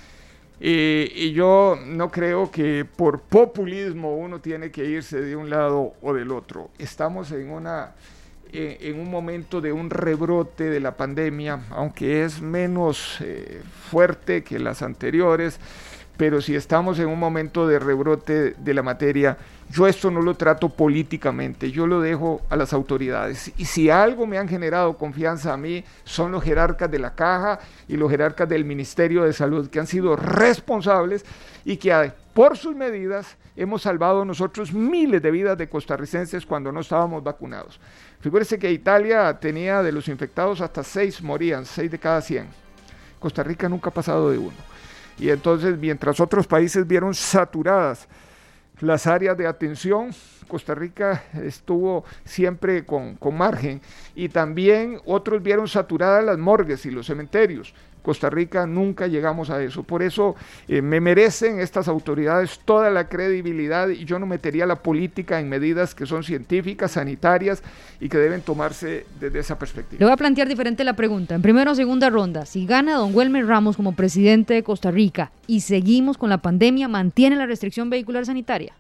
Eh, y yo no creo que por populismo uno tiene que irse de un lado o del otro. Estamos en, una, eh, en un momento de un rebrote de la pandemia, aunque es menos eh, fuerte que las anteriores, pero si estamos en un momento de rebrote de la materia, yo esto no lo trato políticamente, yo lo dejo a las autoridades. Y si algo me han generado confianza a mí, son los jerarcas de la Caja y los jerarcas del Ministerio de Salud, que han sido responsables y que por sus medidas hemos salvado nosotros miles de vidas de costarricenses cuando no estábamos vacunados. Figúrese que Italia tenía de los infectados hasta seis morían, seis de cada cien. Costa Rica nunca ha pasado de uno. Y entonces, mientras otros países vieron saturadas las áreas de atención, Costa Rica estuvo siempre con, con margen, y también otros vieron saturadas las morgues y los cementerios. Costa Rica nunca llegamos a eso. Por eso eh, me merecen estas autoridades toda la credibilidad, y yo no metería la política en medidas que son científicas, sanitarias y que deben tomarse desde esa perspectiva. Le voy a plantear diferente la pregunta. En primera o segunda ronda, si gana don Welmer Ramos como presidente de Costa Rica y seguimos con la pandemia, ¿mantiene la restricción vehicular sanitaria?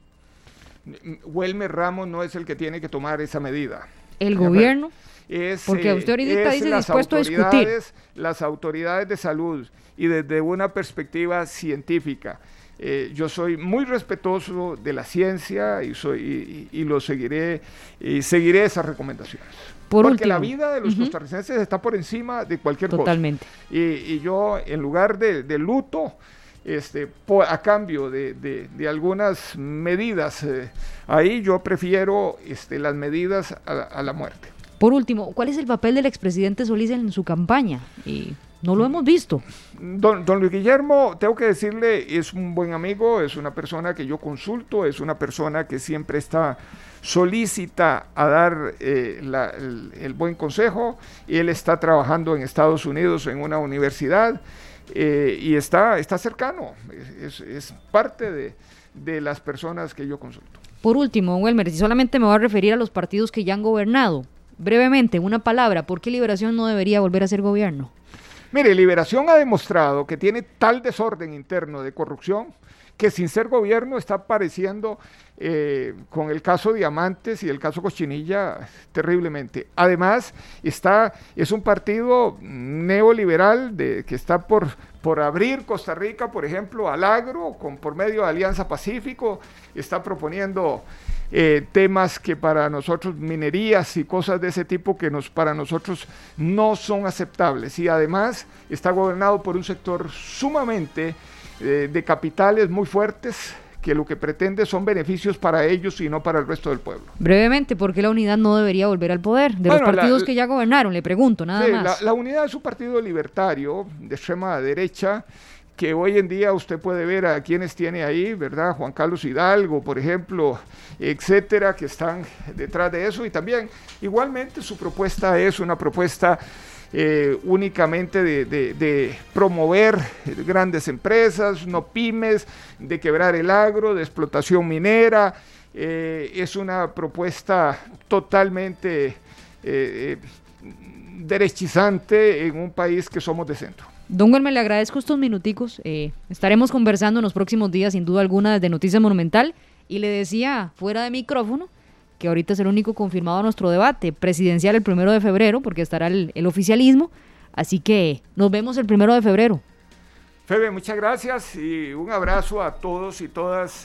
Welmer Ramos no es el que tiene que tomar esa medida. ¿El gobierno? Es, Porque usted ahorita dice dispuesto a discutir. Las autoridades de salud, y desde una perspectiva científica. Eh, yo soy muy respetuoso de la ciencia y, soy, y, y lo seguiré, y seguiré esas recomendaciones. Por Porque último, la vida de los uh-huh. costarricenses está por encima de cualquier Totalmente. cosa. Totalmente. Y, y yo, en lugar de, de luto, Este, por, a cambio de, de, de algunas medidas, eh, ahí yo prefiero este, las medidas a, a la muerte. Por último, ¿cuál es el papel del expresidente Solís en su campaña? Y no lo hemos visto. Don, don Luis Guillermo, tengo que decirle, es un buen amigo, es una persona que yo consulto, es una persona que siempre está solícita a dar eh, la, el, el buen consejo, y él está trabajando en Estados Unidos en una universidad. Eh, y está, está cercano, es, es parte de, de las personas que yo consulto. Por último, Welmer, si solamente me voy a referir a los partidos que ya han gobernado, brevemente, una palabra, ¿por qué Liberación no debería volver a ser gobierno? Mire, Liberación ha demostrado que tiene tal desorden interno de corrupción que sin ser gobierno está apareciendo eh, con el caso Diamantes y el caso Cochinilla terriblemente. Además, está, es un partido neoliberal de, que está por, por abrir Costa Rica, por ejemplo, al agro, con, por medio de Alianza Pacífico, está proponiendo eh, temas que para nosotros, minerías y cosas de ese tipo, que nos, para nosotros no son aceptables. Y además está gobernado por un sector sumamente de capitales muy fuertes que lo que pretende son beneficios para ellos y no para el resto del pueblo. Brevemente, ¿por qué la unidad no debería volver al poder? De bueno, los partidos la, que ya gobernaron, le pregunto, nada sí, más. La, la unidad es un partido libertario de extrema derecha, que hoy en día usted puede ver a quienes tiene ahí, ¿verdad? Juan Carlos Hidalgo, por ejemplo, etcétera, que están detrás de eso, y también, igualmente, su propuesta es una propuesta eh, únicamente de, de, de promover grandes empresas, no pymes, de quebrar el agro, de explotación minera, eh, es una propuesta totalmente eh, eh, derechizante en un país que somos de centro. Don Welmer, le agradezco estos minuticos. Eh, estaremos conversando en los próximos días, sin duda alguna, desde Noticias Monumental. Y le decía, fuera de micrófono, que ahorita es el único confirmado a nuestro debate presidencial el primero de febrero, porque estará el, el oficialismo. Así que nos vemos el primero de febrero. Febe, muchas gracias y un abrazo a todos y todas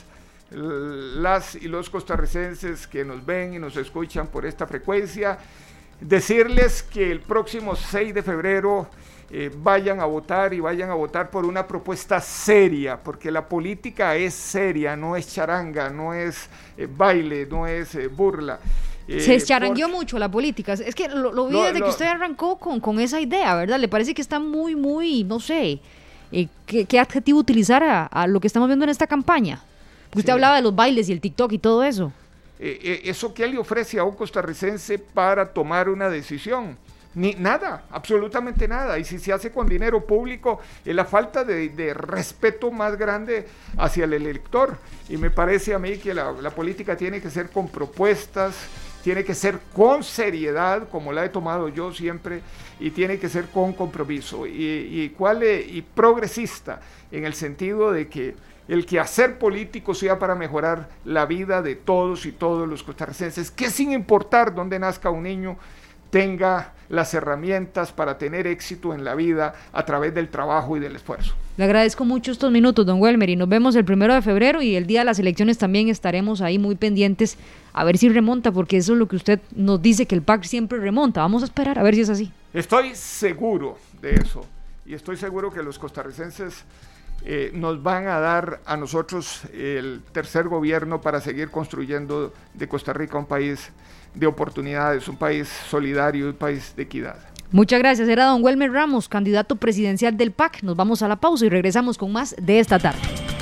las y los costarricenses que nos ven y nos escuchan por esta frecuencia. Decirles que el próximo seis de febrero eh, vayan a votar y vayan a votar por una propuesta seria, porque la política es seria, no es charanga, no es eh, baile, no es eh, burla. Eh, Se charangueó por... mucho la política, es que lo, lo vi lo, desde lo... que usted arrancó con, con esa idea, ¿verdad? ¿Le parece que está muy, muy, no sé, eh, ¿qué, qué adjetivo utilizar a, a lo que estamos viendo en esta campaña? Porque usted sí. hablaba de los bailes y el TikTok y todo eso. Eh, ¿Eso qué le ofrece a un costarricense para tomar una decisión? Ni nada, absolutamente nada. Y si se hace con dinero público, es la falta de, de respeto más grande hacia el elector. Y me parece a mí que la, la política tiene que ser con propuestas, tiene que ser con seriedad, como la he tomado yo siempre, y tiene que ser con compromiso. Y, y, cuál es, y progresista, en el sentido de que el quehacer político sea para mejorar la vida de todos y todos los costarricenses, que sin importar dónde nazca un niño, tenga las herramientas para tener éxito en la vida a través del trabajo y del esfuerzo. Le agradezco mucho estos minutos, don Welmer, y nos vemos el primero de febrero, y el día de las elecciones también estaremos ahí muy pendientes a ver si remonta, porque eso es lo que usted nos dice, que el P A C siempre remonta. Vamos a esperar a ver si es así. Estoy seguro de eso, y estoy seguro que los costarricenses Eh, nos van a dar a nosotros el tercer gobierno para seguir construyendo de Costa Rica un país de oportunidades, un país solidario, un país de equidad. Muchas gracias. Era don Welmer Ramos, candidato presidencial del P A C. Nos vamos a la pausa y regresamos con más de esta tarde.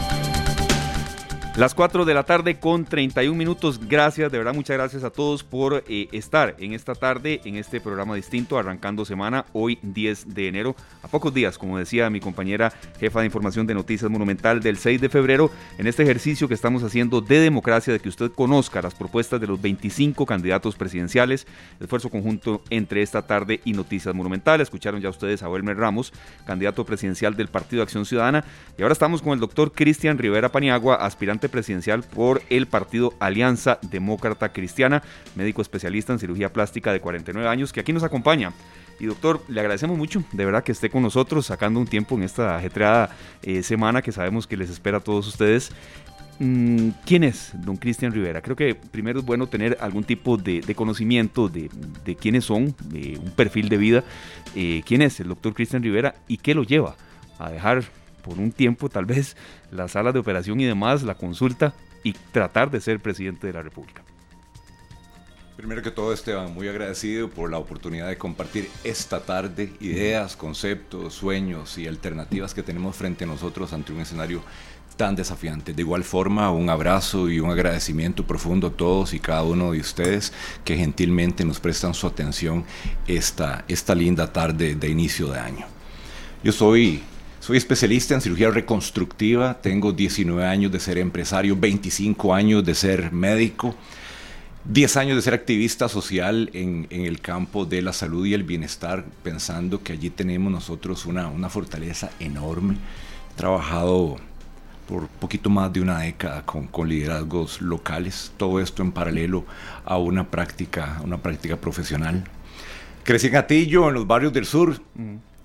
Las cuatro de la tarde con treinta y un minutos. Gracias, de verdad, muchas gracias a todos por eh, estar en esta tarde, en este programa distinto, arrancando semana, hoy diez de enero, a pocos días, como decía mi compañera jefa de información de Noticias Monumental, del seis de febrero, en este ejercicio que estamos haciendo de democracia, de que usted conozca las propuestas de los veinticinco candidatos presidenciales, esfuerzo conjunto entre esta tarde y Noticias Monumental. Escucharon ya ustedes a Welmer Ramos, candidato presidencial del Partido Acción Ciudadana, y ahora estamos con el doctor Cristian Rivera Paniagua, aspirante presidencial por el partido Alianza Demócrata Cristiana, médico especialista en cirugía plástica de cuarenta y nueve años, que aquí nos acompaña. Y doctor, le agradecemos mucho, de verdad, que esté con nosotros, sacando un tiempo en esta ajetreada eh, semana que sabemos que les espera a todos ustedes. Mm, ¿Quién es don Cristian Rivera? Creo que primero es bueno tener algún tipo de, de conocimiento de, de quiénes son, de un perfil de vida. Eh, ¿Quién es el doctor Cristian Rivera y qué lo lleva a dejar por un tiempo tal vez la sala de operación y demás, la consulta, y tratar de ser presidente de la República? Primero que todo, Esteban, muy agradecido por la oportunidad de compartir esta tarde ideas, conceptos, sueños y alternativas que tenemos frente a nosotros ante un escenario tan desafiante. De igual forma, un abrazo y un agradecimiento profundo a todos y cada uno de ustedes que gentilmente nos prestan su atención esta, esta linda tarde de inicio de año. Yo soy... Soy especialista en cirugía reconstructiva, tengo diecinueve años de ser empresario, veinticinco años de ser médico, diez años de ser activista social en, en el campo de la salud y el bienestar, pensando que allí tenemos nosotros una, una fortaleza enorme. He trabajado por poquito más de una década con, con liderazgos locales, todo esto en paralelo a una práctica, una práctica profesional. Crecí en Atillo, en los barrios del sur. Mm.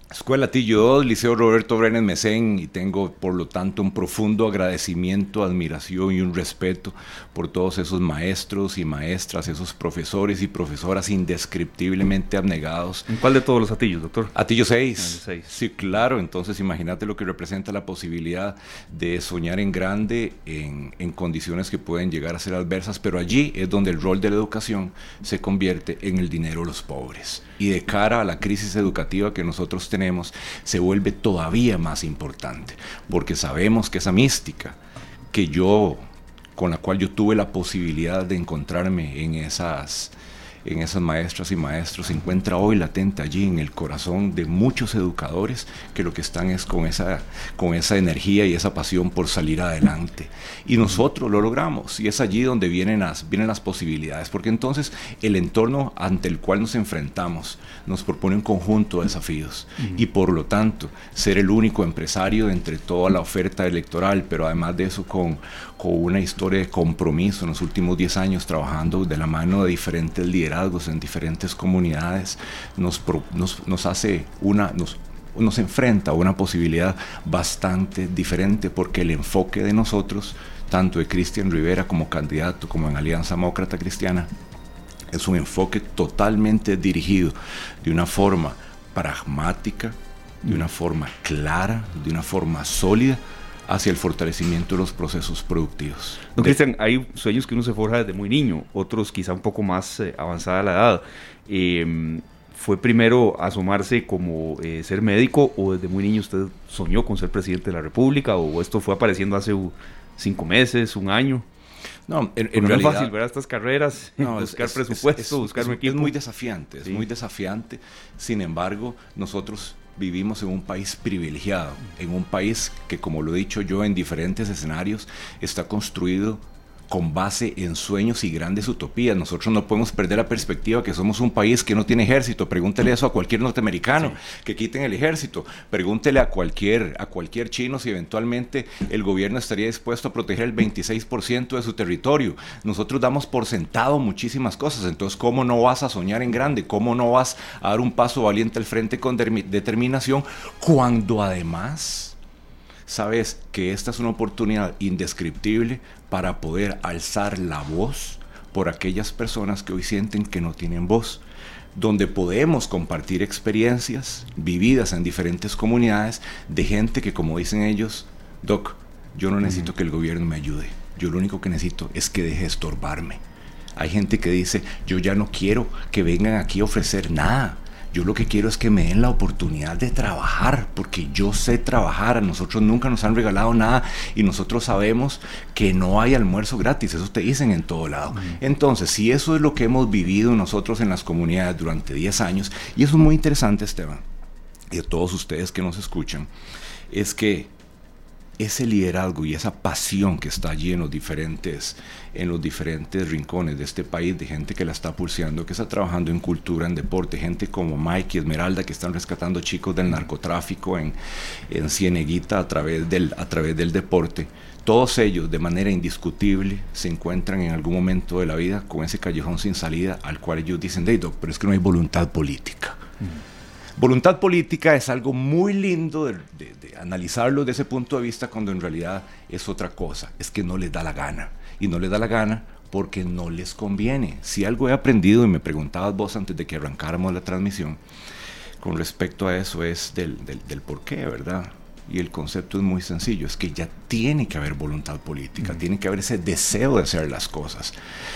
Escuela Atillo dos, Liceo Roberto Brenes Mesén, y tengo por lo tanto un profundo agradecimiento, admiración y un respeto por todos esos maestros y maestras, esos profesores y profesoras indescriptiblemente abnegados. ¿En cuál de todos los Atillos, doctor? Atillo seis. seis. Sí, claro, entonces imagínate lo que representa la posibilidad de soñar en grande en, en condiciones que pueden llegar a ser adversas, pero allí es donde el rol de la educación se convierte en el dinero de los pobres. Y de cara a la crisis educativa que nosotros tenemos, tenemos, se vuelve todavía más importante, porque sabemos que esa mística que yo, con la cual yo tuve la posibilidad de encontrarme en esas, en esas maestras y maestros, se encuentra hoy latente allí en el corazón de muchos educadores que lo que están es con esa, con esa energía y esa pasión por salir adelante. Y nosotros lo logramos, y es allí donde vienen las, vienen las posibilidades, porque entonces el entorno ante el cual nos enfrentamos nos propone un conjunto de desafíos, uh-huh. y por lo tanto ser el único empresario entre toda la oferta electoral, pero además de eso con, con una historia de compromiso en los últimos diez años trabajando de la mano de diferentes liderazgos en diferentes comunidades, nos, nos, nos hace una... Nos, nos enfrenta a una posibilidad bastante diferente, porque el enfoque de nosotros, tanto de Cristian Rivera como candidato, como en Alianza Demócrata Cristiana, es un enfoque totalmente dirigido de una forma pragmática, de una forma clara, de una forma sólida, hacia el fortalecimiento de los procesos productivos. Don Cristian, hay sueños que uno se forja desde muy niño, otros quizá un poco más eh, avanzada la edad. Eh, ¿Fue primero asomarse como eh, ser médico, o desde muy niño usted soñó con ser presidente de la República, o esto fue apareciendo hace uh, cinco meses, un año? No, en, en no realidad, es fácil, ¿verdad? Estas carreras, no, buscar es, presupuesto, es, es, buscar es, un equipo. Es muy desafiante, es sí. muy desafiante. Sin embargo, nosotros vivimos en un país privilegiado, en un país que, como lo he dicho yo en diferentes escenarios, está construido con base en sueños y grandes utopías. Nosotros no podemos perder la perspectiva que somos un país que no tiene ejército. Pregúntele eso a cualquier norteamericano, sí. que quiten el ejército. Pregúntele a cualquier, a cualquier chino si eventualmente el gobierno estaría dispuesto a proteger el veintiséis por ciento de su territorio. Nosotros damos por sentado muchísimas cosas. Entonces, ¿cómo no vas a soñar en grande? ¿Cómo no vas a dar un paso valiente al frente con de- determinación cuando además sabes que esta es una oportunidad indescriptible para poder alzar la voz por aquellas personas que hoy sienten que no tienen voz, donde podemos compartir experiencias vividas en diferentes comunidades de gente que, como dicen ellos, Doc, yo no necesito que el gobierno me ayude, yo lo único que necesito es que deje de estorbarme. Hay gente que dice, yo ya no quiero que vengan aquí a ofrecer nada. Yo lo que quiero es que me den la oportunidad de trabajar, porque yo sé trabajar. A nosotros nunca nos han regalado nada y nosotros sabemos que no hay almuerzo gratis, eso te dicen en todo lado. Uh-huh. Entonces, si eso es lo que hemos vivido nosotros en las comunidades durante diez años, y eso es muy interesante, Esteban, y a todos ustedes que nos escuchan, es que ese liderazgo y esa pasión que está allí en los diferentes, en los diferentes rincones de este país, de gente que la está pulseando, que está trabajando en cultura, en deporte, gente como Mike y Esmeralda que están rescatando chicos del narcotráfico en, en Cieneguita a través del, a través del deporte. Todos ellos, de manera indiscutible, se encuentran en algún momento de la vida con ese callejón sin salida al cual ellos dicen, hey, doc, pero es que no hay voluntad política. Mm. Voluntad política es algo muy lindo de, de, de analizarlo desde ese punto de vista, cuando en realidad es otra cosa, es que no les da la gana, y no les da la gana porque no les conviene. Si algo he aprendido, y me preguntabas vos antes de que arrancáramos la transmisión, con respecto a eso es del, del, del por qué, ¿verdad? Y el concepto es muy sencillo, es que ya tiene que haber voluntad política, mm. tiene que haber ese deseo de hacer las cosas.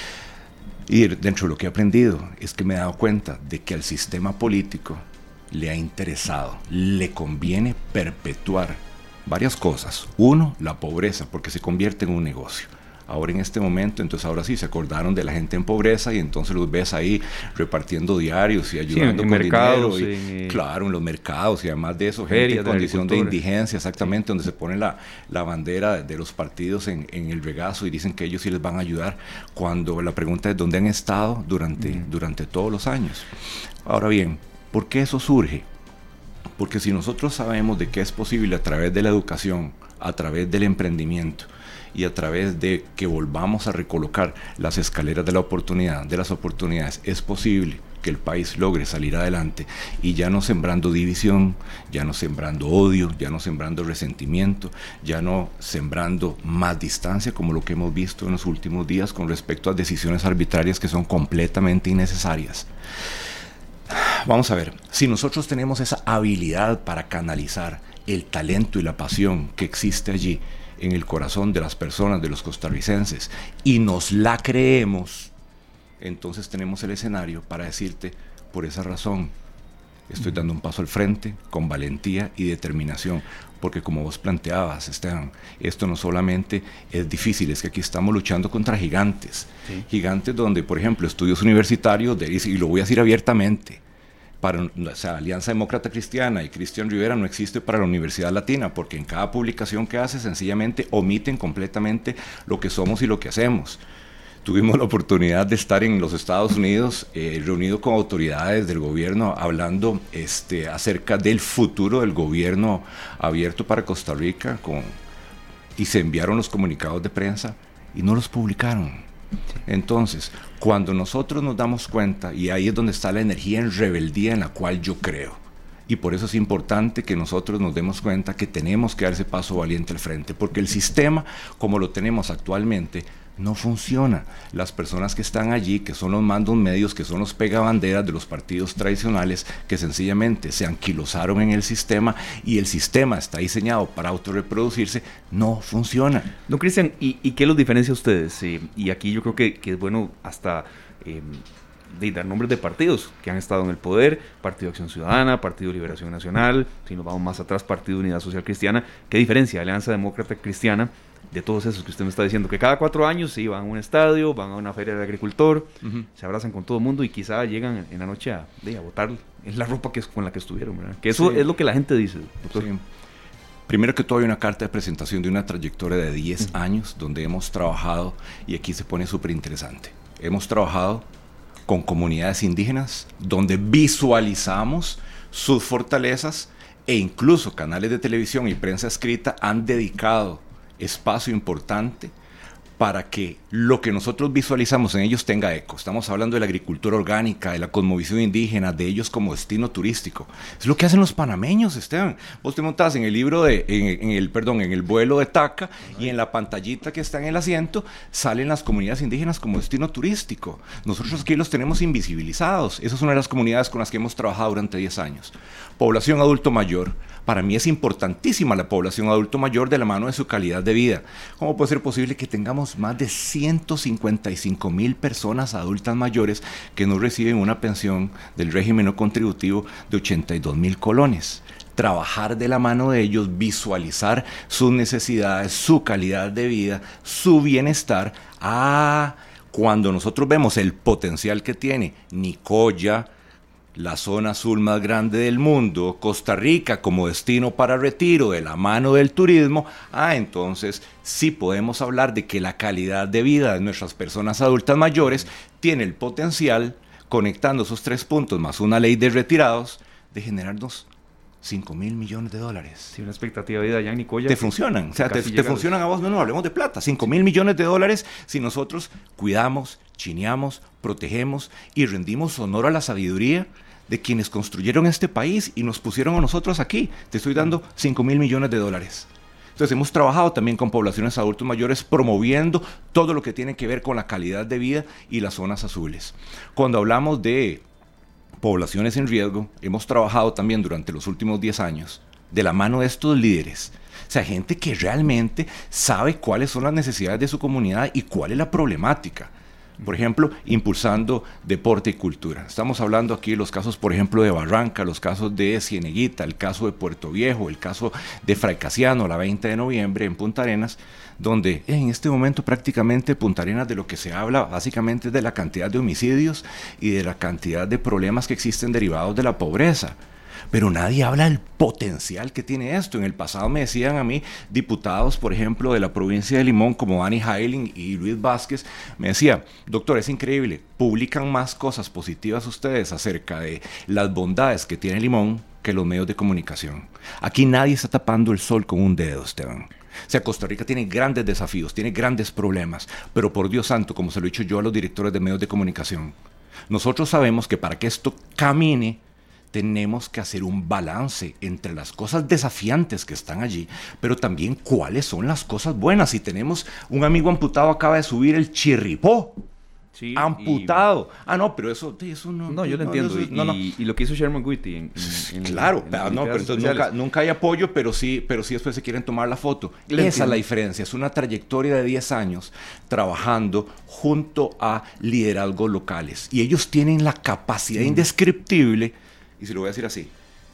Y dentro de lo que he aprendido es que me he dado cuenta de que al sistema político le ha interesado, le conviene perpetuar varias cosas. Uno, la pobreza, porque se convierte en un negocio. Ahora en este momento, entonces ahora sí se acordaron de la gente en pobreza y entonces los ves ahí repartiendo diarios y ayudando sí, en con mercados, dinero. Y, en, claro, en los mercados, y además de eso, gente en condición de indigencia, exactamente, sí. donde se pone la, la bandera de los partidos en, en el regazo y dicen que ellos sí les van a ayudar, cuando la pregunta es dónde han estado durante, mm. durante todos los años. Ahora bien, ¿por qué eso surge? Porque si nosotros sabemos de que es posible a través de la educación, a través del emprendimiento y a través de que volvamos a recolocar las escaleras de la oportunidad, de las oportunidades, es posible que el país logre salir adelante y ya no sembrando división, ya no sembrando odio, ya no sembrando resentimiento, ya no sembrando más distancia como lo que hemos visto en los últimos días con respecto a decisiones arbitrarias que son completamente innecesarias. Vamos a ver, si nosotros tenemos esa habilidad para canalizar el talento y la pasión que existe allí en el corazón de las personas, de los costarricenses, y nos la creemos, entonces tenemos el escenario para decirte, por esa razón, estoy dando un paso al frente con valentía y determinación, porque como vos planteabas, Esteban, esto no solamente es difícil, es que aquí estamos luchando contra gigantes, sí. Gigantes donde, por ejemplo, estudios universitarios, de, y lo voy a decir abiertamente, para, o sea, Alianza Demócrata Cristiana y Cristian Rivera no existe para la Universidad Latina, porque en cada publicación que hace sencillamente omiten completamente lo que somos y lo que hacemos. Tuvimos la oportunidad de estar en los Estados Unidos, eh, reunido con autoridades del gobierno, hablando este, acerca del futuro del gobierno abierto para Costa Rica, con, y se enviaron los comunicados de prensa y no los publicaron. Entonces, cuando nosotros nos damos cuenta, y ahí es donde está la energía en rebeldía en la cual yo creo, y por eso es importante que nosotros nos demos cuenta que tenemos que dar ese paso valiente al frente, porque el sistema, como lo tenemos actualmente, no funciona. Las personas que están allí, que son los mandos medios, que son los pegabanderas de los partidos tradicionales, que sencillamente se anquilosaron en el sistema y el sistema está diseñado para autorreproducirse, no funciona. Don Cristian, ¿y, ¿y qué los diferencia a ustedes? Eh, y aquí yo creo que, que es bueno hasta eh, de dar nombres de partidos que han estado en el poder: Partido Acción Ciudadana, Partido Liberación Nacional, si nos vamos más atrás, Partido Unidad Social Cristiana. ¿Qué diferencia Alianza Demócrata Cristiana de todos esos que usted me está diciendo? Que cada cuatro años se van a un estadio, van a una feria del agricultor, uh-huh. se abrazan con todo el mundo y quizá llegan en la noche a, a botar en la ropa que es con la que estuvieron, ¿verdad? Que eso sí. es lo que la gente dice, doctor. Sí. Primero que todo, hay una carta de presentación de una trayectoria de diez uh-huh. años donde hemos trabajado, y aquí se pone súper interesante, hemos trabajado con comunidades indígenas donde visualizamos sus fortalezas, e incluso canales de televisión y prensa escrita han dedicado espacio importante para que lo que nosotros visualizamos en ellos tenga eco. Estamos hablando de la agricultura orgánica, de la cosmovisión indígena, de ellos como destino turístico. Es lo que hacen los panameños, Esteban. Vos te montás en el libro de, en, en el, perdón, en el vuelo de Taca, y en la pantallita que está en el asiento salen las comunidades indígenas como destino turístico. Nosotros aquí los tenemos invisibilizados. Esas son una de las comunidades con las que hemos trabajado durante diez años. Población adulto mayor. Para mí es importantísima la población adulto mayor de la mano de su calidad de vida. ¿Cómo puede ser posible que tengamos más de ciento cincuenta y cinco mil personas adultas mayores que no reciben una pensión del régimen no contributivo de ochenta y dos mil colones? Trabajar de la mano de ellos, visualizar sus necesidades, su calidad de vida, su bienestar. Ah, cuando nosotros vemos el potencial que tiene Nicoya, la zona azul más grande del mundo, Costa Rica como destino para retiro de la mano del turismo, ah, entonces sí podemos hablar de que la calidad de vida de nuestras personas adultas mayores tiene el potencial, conectando esos tres puntos más una ley de retirados, de generarnos cinco mil millones de dólares. Sí, una expectativa de vida ya en Nicoya. Te funcionan, o sea, te, te funcionan a vos, no, no, hablemos de plata, cinco mil millones de dólares si nosotros cuidamos, chineamos, protegemos y rendimos honor a la sabiduría de quienes construyeron este país y nos pusieron a nosotros aquí. Te estoy dando cinco mil millones de dólares. Entonces hemos trabajado también con poblaciones adultos mayores promoviendo todo lo que tiene que ver con la calidad de vida y las zonas azules. Cuando hablamos de poblaciones en riesgo, hemos trabajado también durante los últimos diez años de la mano de estos líderes. O sea, gente que realmente sabe cuáles son las necesidades de su comunidad y cuál es la problemática. Por ejemplo, impulsando deporte y cultura. Estamos hablando aquí de los casos, por ejemplo, de Barranca, los casos de Cieneguita, el caso de Puerto Viejo, el caso de Fray Casiano, la veinte de noviembre en Punta Arenas, donde en este momento prácticamente Punta Arenas de lo que se habla básicamente es de la cantidad de homicidios y de la cantidad de problemas que existen derivados de la pobreza. Pero nadie habla del potencial que tiene esto. En el pasado me decían a mí diputados, por ejemplo, de la provincia de Limón, como Dani Hailing y Luis Vázquez, me decía, doctor, es increíble, publican más cosas positivas ustedes acerca de las bondades que tiene Limón que los medios de comunicación. Aquí nadie está tapando el sol con un dedo, Esteban. O sea, Costa Rica tiene grandes desafíos, tiene grandes problemas, pero por Dios santo, como se lo he dicho yo a los directores de medios de comunicación, nosotros sabemos que para que esto camine, tenemos que hacer un balance entre las cosas desafiantes que están allí, pero también cuáles son las cosas buenas. Si tenemos un amigo amputado, acaba de subir el Chirripó. Sí, amputado. Y... Ah, no, pero eso, eso no... No, yo lo no, entiendo. Eso, y, no, no. y lo que hizo Sherman Whitty en, en, en Claro, en, en no, pero entonces nunca, nunca hay apoyo, pero sí, pero sí después se quieren tomar la foto. Le Esa entiendo. Es la diferencia. Es una trayectoria de diez años trabajando junto a liderazgos locales. Y ellos tienen la capacidad mm. indescriptible, y se lo voy a decir así,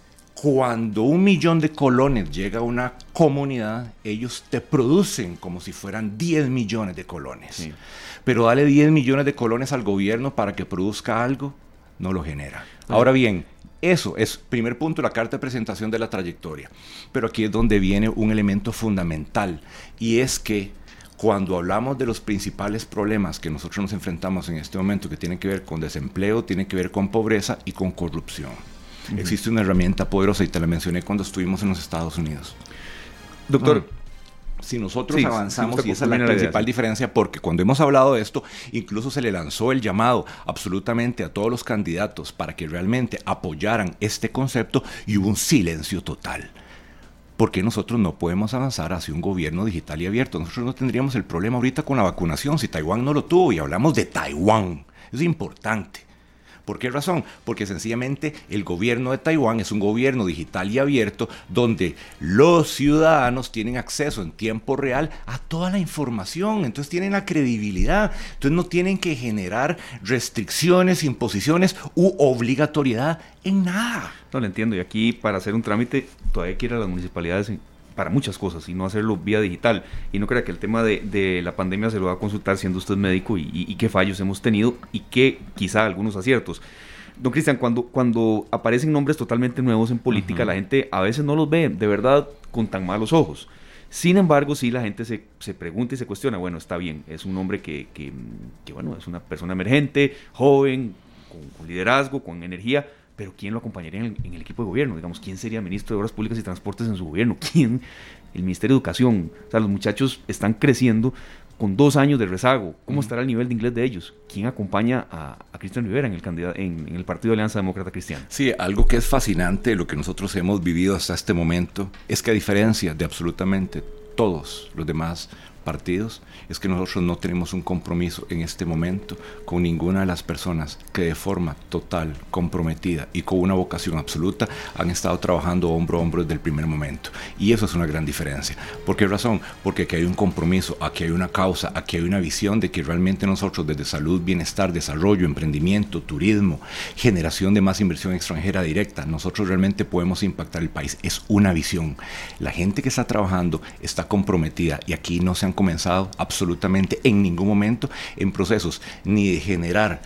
cuando un millón de colones llega a una comunidad, ellos te producen como si fueran diez millones de colones. Sí. Pero dale diez millones de colones al gobierno para que produzca algo, no lo genera. Sí. Ahora bien, eso es, primer punto, la carta de presentación de la trayectoria. Pero aquí es donde viene un elemento fundamental, y es que cuando hablamos de los principales problemas que nosotros nos enfrentamos en este momento, que tienen que ver con desempleo, tienen que ver con pobreza y con corrupción. Uh-huh. Existe una herramienta poderosa, y te la mencioné cuando estuvimos en los Estados Unidos. Doctor, uh-huh. Si nosotros sí, avanzamos, y esa es la principal diferencia, porque cuando hemos hablado de esto, incluso se le lanzó el llamado absolutamente a todos los candidatos para que realmente apoyaran este concepto, y hubo un silencio total. ¿Por qué nosotros no podemos avanzar hacia un gobierno digital y abierto? Nosotros no tendríamos el problema ahorita con la vacunación si Taiwán no lo tuvo, y hablamos de Taiwán. Es importante. ¿Por qué razón? Porque sencillamente el gobierno de Taiwán es un gobierno digital y abierto donde los ciudadanos tienen acceso en tiempo real a toda la información, entonces tienen la credibilidad, entonces no tienen que generar restricciones, imposiciones u obligatoriedad en nada. No lo entiendo, y aquí para hacer un trámite todavhay que ir a las municipalidades en... para muchas cosas y no hacerlo vía digital, y no crea que el tema de, de la pandemia se lo va a consultar siendo usted médico, y, y, y qué fallos hemos tenido y qué quizá algunos aciertos. Don Cristian, cuando, cuando aparecen nombres totalmente nuevos en política, uh-huh. la gente a veces no los ve de verdad con tan malos ojos. Sin embargo, sí, la gente se, se pregunta y se cuestiona, bueno, está bien, es un hombre que, que, que bueno, es una persona emergente, joven, con, con liderazgo, con energía, pero ¿quién lo acompañaría en el, en el equipo de gobierno? Digamos, ¿quién sería ministro de Obras Públicas y Transportes en su gobierno? ¿Quién? El Ministerio de Educación. O sea, los muchachos están creciendo con dos años de rezago. ¿Cómo uh-huh. estará el nivel de inglés de ellos? ¿Quién acompaña a, a Cristian Rivera en el, candidato, en, en el Partido de Alianza Demócrata Cristiana? Sí, algo que es fascinante, lo que nosotros hemos vivido hasta este momento, es que a diferencia de absolutamente todos los demás partidos, es que nosotros no tenemos un compromiso en este momento con ninguna de las personas que de forma total, comprometida y con una vocación absoluta han estado trabajando hombro a hombro desde el primer momento. Y eso es una gran diferencia. ¿Por qué razón? Porque aquí hay un compromiso, aquí hay una causa, aquí hay una visión de que realmente nosotros desde salud, bienestar, desarrollo, emprendimiento, turismo, generación de más inversión extranjera directa, nosotros realmente podemos impactar el país. Es una visión. La gente que está trabajando está comprometida, y aquí no se han comenzado absolutamente en ningún momento en procesos ni de generar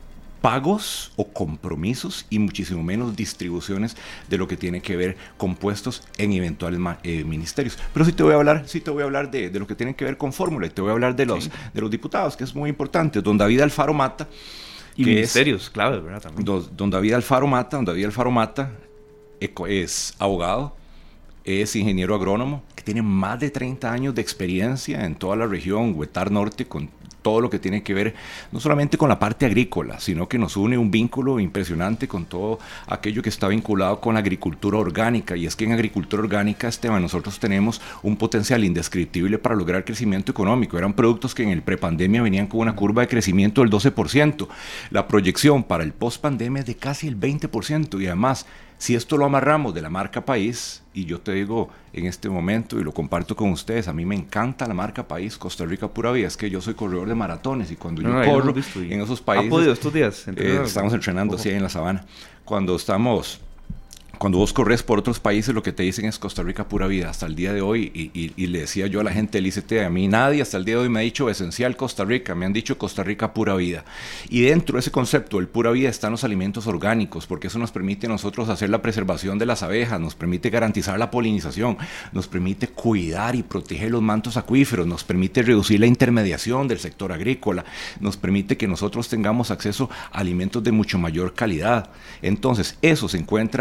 pagos o compromisos, y muchísimo menos distribuciones de lo que tiene que ver con puestos en eventuales eh, ministerios. Pero sí te voy a hablar, sí te voy a hablar de, de lo que tiene que ver con fórmula, y te voy a hablar de los, sí. de los diputados, que es muy importante. Don David Alfaro Mata, y ministerios es, clave, ¿verdad? También. Don, don David Alfaro Mata, don David Alfaro Mata es abogado, es ingeniero agrónomo, que tiene más de treinta años de experiencia en toda la región, Huetar Norte, con todo lo que tiene que ver no solamente con la parte agrícola, sino que nos une un vínculo impresionante con todo aquello que está vinculado con la agricultura orgánica. Y es que en agricultura orgánica, Esteban, nosotros tenemos un potencial indescriptible para lograr crecimiento económico. Eran productos que en el prepandemia venían con una curva de crecimiento del doce por ciento. La proyección para el post-pandemia es de casi el veinte por ciento, y además, si esto lo amarramos de la marca país, y yo te digo en este momento, y lo comparto con ustedes, a mí me encanta la marca país, Costa Rica Pura Vida. Es que yo soy corredor de maratones, y cuando no, yo corro en esos países... ¿Ha podido estos días? Eh, estamos entrenando, Ojo. sí, en la sabana. Cuando estamos... Cuando vos corres por otros países, lo que te dicen es Costa Rica Pura Vida. Hasta el día de hoy, y, y, y le decía yo a la gente del I C T, a mí nadie hasta el día de hoy me ha dicho esencial Costa Rica, me han dicho Costa Rica Pura Vida. Y dentro de ese concepto del pura vida están los alimentos orgánicos, porque eso nos permite a nosotros hacer la preservación de las abejas, nos permite garantizar la polinización, nos permite cuidar y proteger los mantos acuíferos, nos permite reducir la intermediación del sector agrícola, nos permite que nosotros tengamos acceso a alimentos de mucho mayor calidad. Entonces, eso se encuentra allí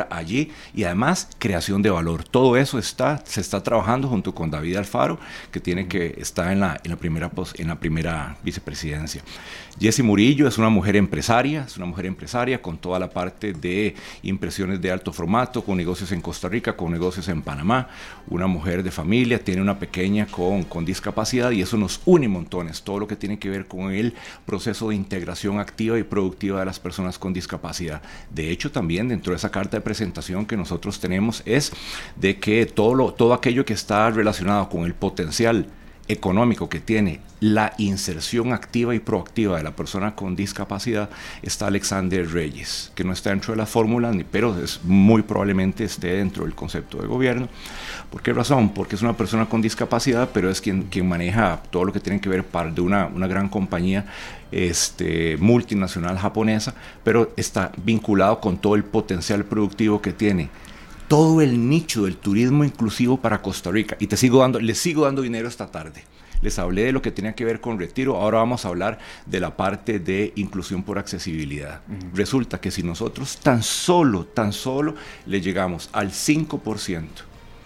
aquí, y además creación de valor. Todo eso está, se está trabajando junto con David Alfaro, que tiene que estar en la, en la, primera, en la primera vicepresidencia. Jessie Murillo es una mujer empresaria, es una mujer empresaria con toda la parte de impresiones de alto formato, con negocios en Costa Rica, con negocios en Panamá, una mujer de familia, tiene una pequeña con, con discapacidad, y eso nos une montones, todo lo que tiene que ver con el proceso de integración activa y productiva de las personas con discapacidad. De hecho, también dentro de esa carta de presentación que nosotros tenemos es de que todo, lo, todo aquello que está relacionado con el potencial económico que tiene la inserción activa y proactiva de la persona con discapacidad, está Alexander Reyes, que no está dentro de la fórmula, pero es, muy probablemente esté dentro del concepto de gobierno. ¿Por qué razón? Porque es una persona con discapacidad, pero es quien, quien maneja todo lo que tiene que ver para de una, una gran compañía este, multinacional japonesa, pero está vinculado con todo el potencial productivo que tiene todo el nicho del turismo inclusivo para Costa Rica. Y te sigo dando, les sigo dando dinero esta tarde. Les hablé de lo que tenía que ver con retiro, ahora vamos a hablar de la parte de inclusión por accesibilidad. Uh-huh. Resulta que si nosotros tan solo, tan solo le llegamos al cinco por ciento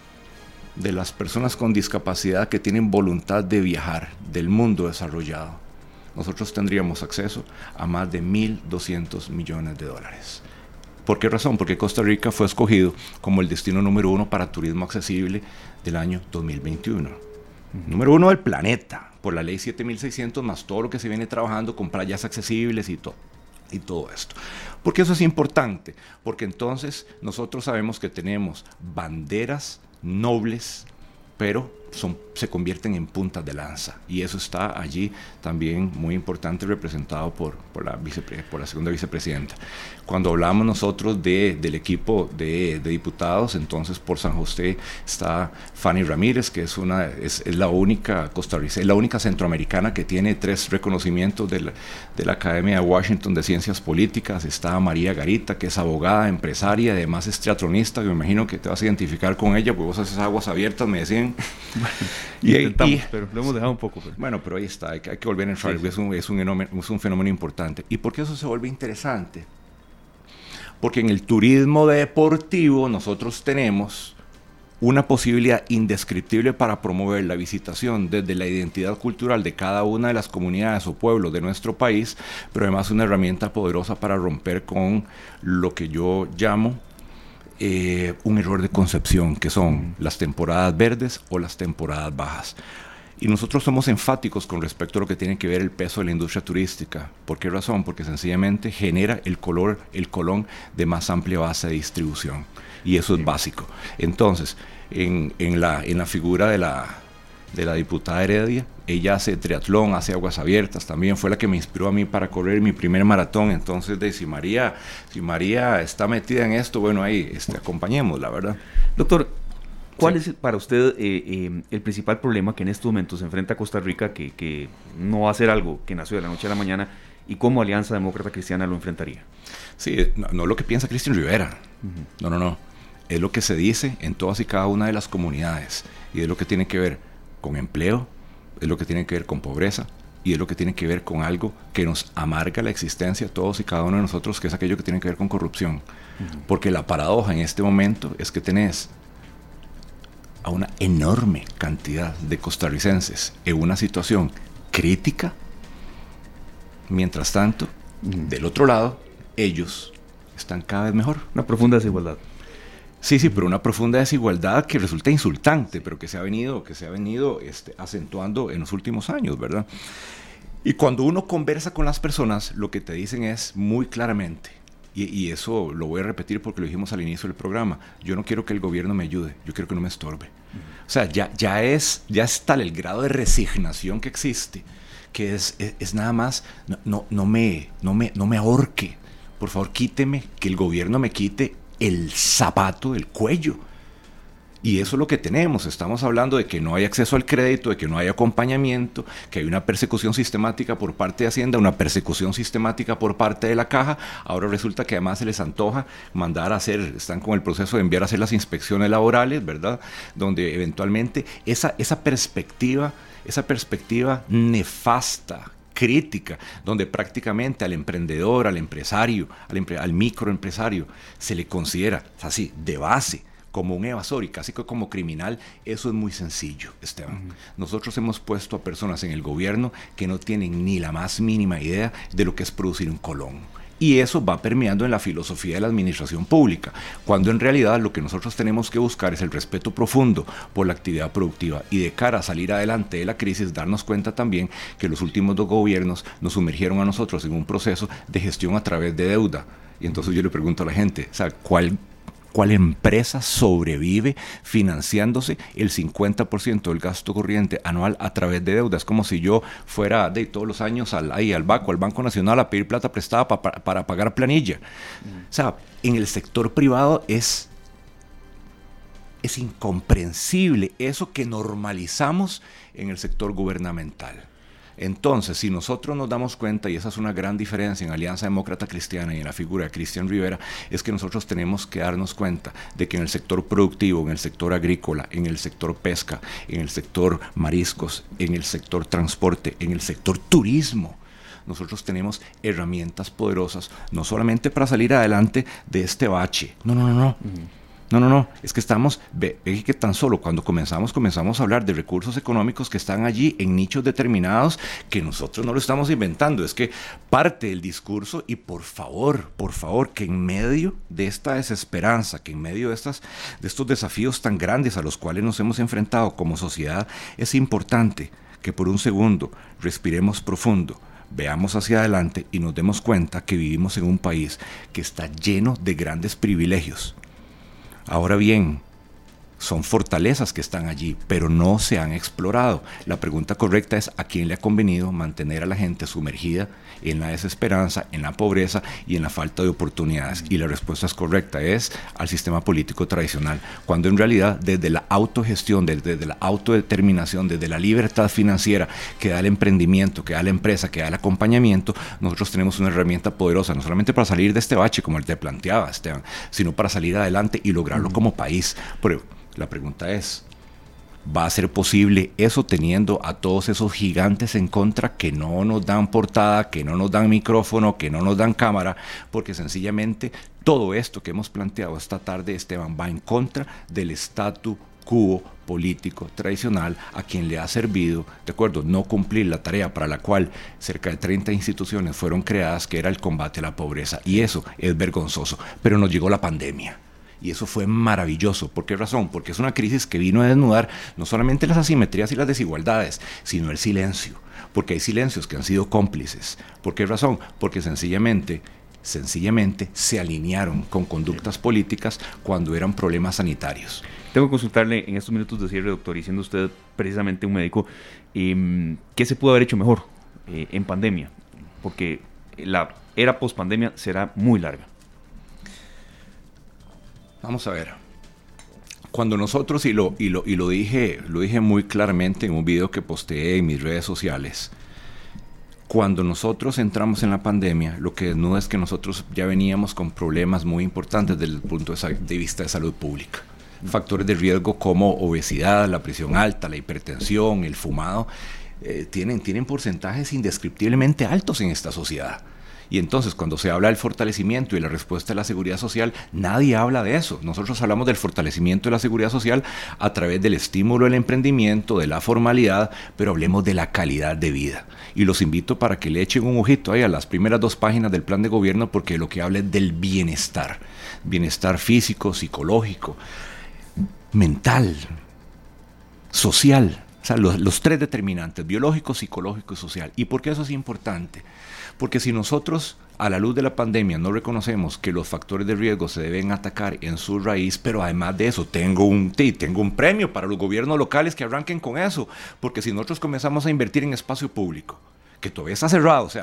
de las personas con discapacidad que tienen voluntad de viajar del mundo desarrollado, nosotros tendríamos acceso a más de mil doscientos millones de dólares. ¿Por qué razón? Porque Costa Rica fue escogido como el destino número uno para turismo accesible del año dos mil veintiuno. Uh-huh. Número uno del planeta, por la ley siete mil seiscientos, más todo lo que se viene trabajando con playas accesibles y todo. Y todo esto. ¿Por qué eso es importante? Porque entonces nosotros sabemos que tenemos banderas nobles, pero son, se convierten en puntas de lanza, y eso está allí también muy importante, representado por, por, la, vicepre, por la segunda vicepresidenta. Cuando hablamos nosotros de, del equipo de, de diputados, entonces por San José está Fanny Ramírez, que es, una, es, es la única costarricense, es la única centroamericana que tiene tres reconocimientos de la, de la Academia de Washington de Ciencias Políticas. Está María Garita, que es abogada, empresaria, además es triatlonista, que me imagino que te vas a identificar con ella, porque vos haces aguas abiertas, me decían. Y, intentamos, y, pero lo hemos dejado un poco. Pero. Bueno, pero ahí está, hay que, hay que volver a entrar, sí, es, un, es, un fenómeno, es un fenómeno importante. ¿Y por qué eso se vuelve interesante? Porque en el turismo deportivo nosotros tenemos una posibilidad indescriptible para promover la visitación desde la identidad cultural de cada una de las comunidades o pueblos de nuestro país, pero además una herramienta poderosa para romper con lo que yo llamo Eh, un error de concepción, que son las temporadas verdes o las temporadas bajas. Y nosotros somos enfáticos con respecto a lo que tiene que ver el peso de la industria turística. ¿Por qué razón? Porque sencillamente genera el color, el colón de más amplia base de distribución, y eso es básico. Entonces, en, en, la, en la figura de la, de la diputada Heredia, ella hace triatlón, hace aguas abiertas, también fue la que me inspiró a mí para correr mi primer maratón. Entonces, de, si María si María está metida en esto, bueno, ahí este, acompañémosla, ¿verdad? Doctor, ¿cuál sí. es para usted eh, eh, el principal problema que en estos momentos se enfrenta a Costa Rica, que, que no va a ser algo que nació de la noche a la mañana, y cómo Alianza Demócrata Cristiana lo enfrentaría? Sí, no, no lo que piensa Cristian Rivera, uh-huh. no, no, no, es lo que se dice en todas y cada una de las comunidades, y es lo que tiene que ver con empleo, es lo que tiene que ver con pobreza, y es lo que tiene que ver con algo que nos amarga la existencia a todos y cada uno de nosotros, que es aquello que tiene que ver con corrupción. Uh-huh. Porque la paradoja en este momento es que tenés a una enorme cantidad de costarricenses en una situación crítica, mientras tanto, uh-huh. del otro lado, ellos están cada vez mejor. Una profunda desigualdad. Sí, sí, pero una profunda desigualdad que resulta insultante, pero que se ha venido, que se ha venido este, acentuando en los últimos años, ¿verdad? Y cuando uno conversa con las personas, lo que te dicen es muy claramente, y, y eso lo voy a repetir porque lo dijimos al inicio del programa: yo no quiero que el gobierno me ayude, yo quiero que no me estorbe. Uh-huh. O sea, ya, ya, es, ya es tal el grado de resignación que existe, que es, es, es nada más, no, no, no, me, no, me, no me ahorque, por favor quíteme, que el gobierno me quite el zapato del cuello. Y eso es lo que tenemos. Estamos hablando de que no hay acceso al crédito, de que no hay acompañamiento, que hay una persecución sistemática por parte de Hacienda, una persecución sistemática por parte de la Caja. Ahora resulta que además se les antoja mandar a hacer, están con el proceso de enviar a hacer las inspecciones laborales, ¿verdad? Donde eventualmente esa, esa perspectiva, esa perspectiva nefasta crítica, donde prácticamente al emprendedor, al empresario, al, empre- al microempresario, se le considera así, de base, como un evasor y casi que como criminal. Eso es muy sencillo, Esteban. Uh-huh. Nosotros hemos puesto a personas en el gobierno que no tienen ni la más mínima idea de lo que es producir un colón. Y eso va permeando en la filosofía de la administración pública, cuando en realidad lo que nosotros tenemos que buscar es el respeto profundo por la actividad productiva y de cara a salir adelante de la crisis, darnos cuenta también que los últimos dos gobiernos nos sumergieron a nosotros en un proceso de gestión a través de deuda. Y entonces yo le pregunto a la gente, o sea, ¿cuál ¿Cuál empresa sobrevive financiándose el cincuenta por ciento del gasto corriente anual a través de deuda? Es como si yo fuera de todos los años al, ahí, al Banco, al Banco Nacional a pedir plata prestada pa, pa, para pagar planilla. Mm. O sea, en el sector privado es, es incomprensible eso que normalizamos en el sector gubernamental. Entonces, si nosotros nos damos cuenta, y esa es una gran diferencia en Alianza Demócrata Cristiana y en la figura de Cristian Rivera, es que nosotros tenemos que darnos cuenta de que en el sector productivo, en el sector agrícola, en el sector pesca, en el sector mariscos, en el sector transporte, en el sector turismo, nosotros tenemos herramientas poderosas, no solamente para salir adelante de este bache, no, no, no, no. Uh-huh. No, no, no, es que estamos, ve, ve que tan solo cuando comenzamos, comenzamos a hablar de recursos económicos que están allí en nichos determinados, que nosotros no lo estamos inventando, es que parte del discurso, y por favor, por favor, que en medio de esta desesperanza, que en medio de, estas, de estos desafíos tan grandes a los cuales nos hemos enfrentado como sociedad, es importante que por un segundo respiremos profundo, veamos hacia adelante y nos demos cuenta que vivimos en un país que está lleno de grandes privilegios. Ahora bien, son fortalezas que están allí, pero no se han explorado. La pregunta correcta es ¿a quién le ha convenido mantener a la gente sumergida en la desesperanza, en la pobreza y en la falta de oportunidades? Y la respuesta es correcta, es al sistema político tradicional, cuando en realidad desde la autogestión, desde, desde la autodeterminación, desde la libertad financiera que da el emprendimiento, que da la empresa, que da el acompañamiento, nosotros tenemos una herramienta poderosa, no solamente para salir de este bache, como él te planteaba, Esteban, sino para salir adelante y lograrlo como país. Pero la pregunta es, ¿va a ser posible eso teniendo a todos esos gigantes en contra que no nos dan portada, que no nos dan micrófono, que no nos dan cámara? Porque sencillamente todo esto que hemos planteado esta tarde, Esteban, va en contra del statu quo político tradicional a quien le ha servido, de acuerdo, no cumplir la tarea para la cual cerca de treinta instituciones fueron creadas, que era el combate a la pobreza. Y eso es vergonzoso. Pero nos llegó la pandemia. Y eso fue maravilloso. ¿Por qué razón? Porque es una crisis que vino a desnudar no solamente las asimetrías y las desigualdades, sino el silencio. Porque hay silencios que han sido cómplices. ¿Por qué razón? Porque sencillamente, sencillamente se alinearon con conductas políticas cuando eran problemas sanitarios. Tengo que consultarle en estos minutos de cierre, doctor, y siendo usted precisamente un médico, eh, ¿qué se pudo haber hecho mejor eh, en pandemia? Porque la era post-pandemia será muy larga. Vamos a ver, cuando nosotros, y lo, y lo, y lo dije, lo dije muy claramente en un video que posteé en mis redes sociales, cuando nosotros entramos en la pandemia, lo que desnuda es que nosotros ya veníamos con problemas muy importantes desde el punto de vista de salud pública. Factores de riesgo como obesidad, la presión alta, la hipertensión, el fumado, eh, tienen, tienen porcentajes indescriptiblemente altos en esta sociedad. Y entonces, cuando se habla del fortalecimiento y la respuesta a la seguridad social, nadie habla de eso. Nosotros hablamos del fortalecimiento de la seguridad social a través del estímulo del emprendimiento, de la formalidad, pero hablemos de la calidad de vida. Y los invito para que le echen un ojito ahí a las primeras dos páginas del plan de gobierno, porque lo que habla es del bienestar. Bienestar físico, psicológico, mental, social. O sea, los, los tres determinantes, biológico, psicológico y social. ¿Y por qué eso es importante? Porque si nosotros, a la luz de la pandemia, no reconocemos que los factores de riesgo se deben atacar en su raíz, pero además de eso, tengo un, tengo un premio para los gobiernos locales que arranquen con eso. Porque si nosotros comenzamos a invertir en espacio público, que todavía está cerrado, o sea,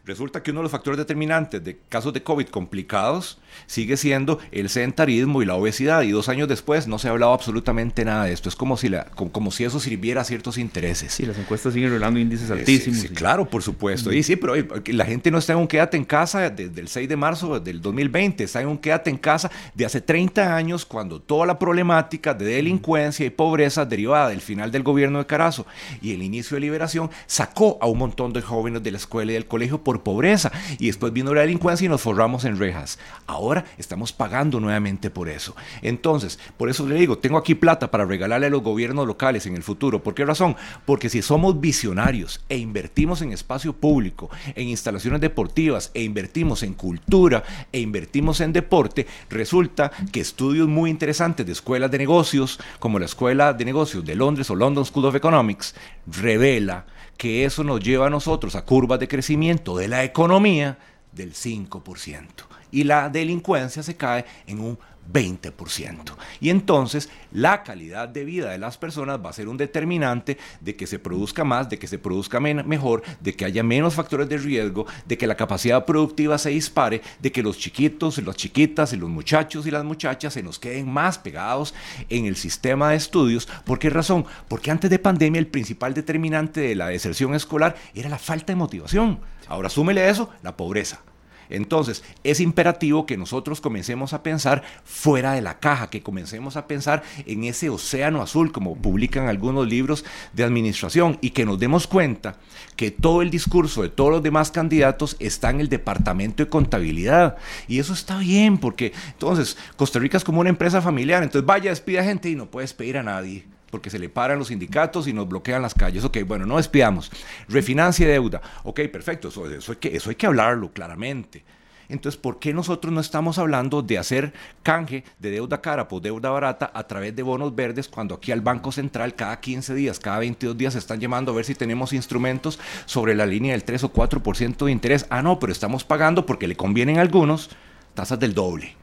resulta que uno de los factores determinantes de casos de COVID complicados sigue siendo el sedentarismo y la obesidad, y dos años después no se ha hablado absolutamente nada de esto. Es como si, la, como, como si eso sirviera a ciertos intereses. Sí, las encuestas siguen revelando índices altísimos. Sí, sí, claro, por supuesto. Uh-huh. Y sí, pero la gente no está en un quédate en casa desde el seis de marzo del dos mil veinte, está en un quédate en casa de hace treinta años, cuando toda la problemática de delincuencia y pobreza derivada del final del gobierno de Carazo y el inicio de Liberación sacó a un montón de jóvenes de la escuela y del colegio por pobreza, y después vino la delincuencia y nos forramos en rejas. Ahora estamos pagando nuevamente por eso. Entonces, por eso le digo, tengo aquí plata para regalarle a los gobiernos locales en el futuro. ¿Por qué razón? Porque si somos visionarios e invertimos en espacio público, en instalaciones deportivas, e invertimos en cultura, e invertimos en deporte, resulta que estudios muy interesantes de escuelas de negocios, como la Escuela de Negocios de Londres o London School of Economics, revela que eso nos lleva a nosotros a curvas de crecimiento de la economía del cinco por ciento, y la delincuencia se cae en un veinte por ciento. Y entonces la calidad de vida de las personas va a ser un determinante de que se produzca más, de que se produzca men- mejor, de que haya menos factores de riesgo, de que la capacidad productiva se dispare, de que los chiquitos, las chiquitas y los muchachos y las muchachas se nos queden más pegados en el sistema de estudios. ¿Por qué razón? Porque antes de pandemia el principal determinante de la deserción escolar era la falta de motivación. Ahora súmele a eso la pobreza. Entonces, es imperativo que nosotros comencemos a pensar fuera de la caja, que comencemos a pensar en ese océano azul, como publican algunos libros de administración, y que nos demos cuenta que todo el discurso de todos los demás candidatos está en el departamento de contabilidad. Y eso está bien, porque entonces Costa Rica es como una empresa familiar, entonces vaya, despida gente y no puede despedir a nadie, porque se le paran los sindicatos y nos bloquean las calles. Ok, bueno, no despidamos. Refinancie deuda. Ok, perfecto, eso, eso, hay que, eso hay que hablarlo claramente. Entonces, ¿por qué nosotros no estamos hablando de hacer canje de deuda cara por deuda barata a través de bonos verdes, cuando aquí al Banco Central cada quince días, cada veintidós días se están llamando a ver si tenemos instrumentos sobre la línea del tres o cuatro por ciento de interés? Ah, no, pero estamos pagando porque le convienen a algunos tasas del doble.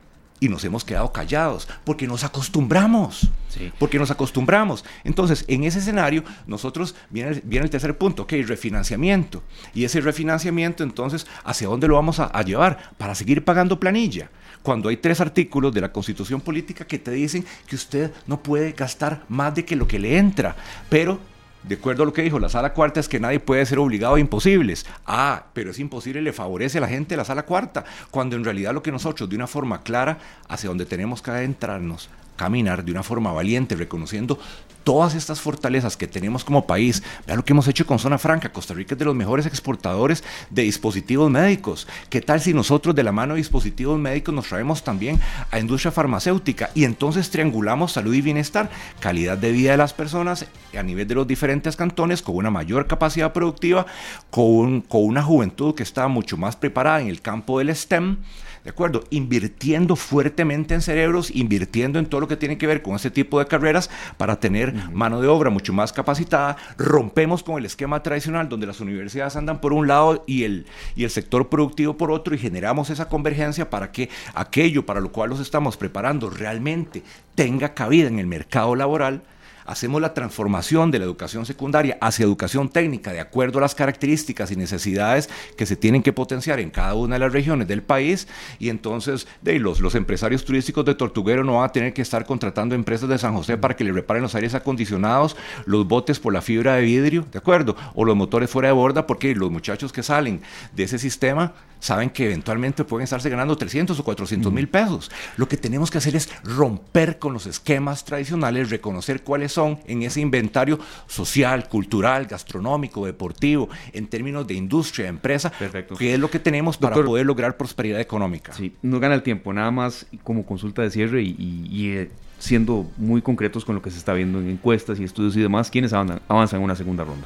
Y nos hemos quedado callados, porque nos acostumbramos, sí. porque nos acostumbramos. Entonces, en ese escenario, nosotros, viene, viene el tercer punto, ok, refinanciamiento. Y ese refinanciamiento, entonces, ¿hacia dónde lo vamos a, a llevar? Para seguir pagando planilla. Cuando hay tres artículos de la Constitución Política que te dicen que usted no puede gastar más de que lo que le entra, pero de acuerdo a lo que dijo la Sala Cuarta, es que nadie puede ser obligado a imposibles. Ah, pero es imposible, le favorece a la gente de la Sala Cuarta, cuando en realidad lo que nosotros, de una forma clara, hacia donde tenemos que adentrarnos, caminar de una forma valiente, reconociendo todas estas fortalezas que tenemos como país. Vean lo que hemos hecho con Zona Franca. Costa Rica es de los mejores exportadores de dispositivos médicos. ¿Qué tal si nosotros, de la mano de dispositivos médicos, nos traemos también a industria farmacéutica y entonces triangulamos salud y bienestar, calidad de vida de las personas a nivel de los diferentes cantones, con una mayor capacidad productiva, con, un, con una juventud que está mucho más preparada en el campo del STEM? ¿De acuerdo? Invirtiendo fuertemente en cerebros, invirtiendo en todo lo que tiene que ver con este tipo de carreras para tener uh-huh. mano de obra mucho más capacitada. Rompemos con el esquema tradicional donde las universidades andan por un lado y el, y el sector productivo por otro, y generamos esa convergencia para que aquello para lo cual los estamos preparando realmente tenga cabida en el mercado laboral. Hacemos la transformación de la educación secundaria hacia educación técnica de acuerdo a las características y necesidades que se tienen que potenciar en cada una de las regiones del país, y entonces de los, los empresarios turísticos de Tortuguero no van a tener que estar contratando empresas de San José para que le reparen los aires acondicionados, los botes por la fibra de vidrio, ¿de acuerdo? O los motores fuera de borda, porque los muchachos que salen de ese sistema saben que eventualmente pueden estarse ganando trescientos o cuatrocientos mil pesos. Lo que tenemos que hacer es romper con los esquemas tradicionales, reconocer cuáles son en ese inventario social, cultural, gastronómico, deportivo, en términos de industria, empresa, Perfecto. qué es lo que tenemos para Doctor, poder lograr prosperidad económica. Sí, nos gana el tiempo, nada más como consulta de cierre y, y, y eh, siendo muy concretos con lo que se está viendo en encuestas y estudios y demás, ¿quiénes avanzan, avanzan en una segunda ronda?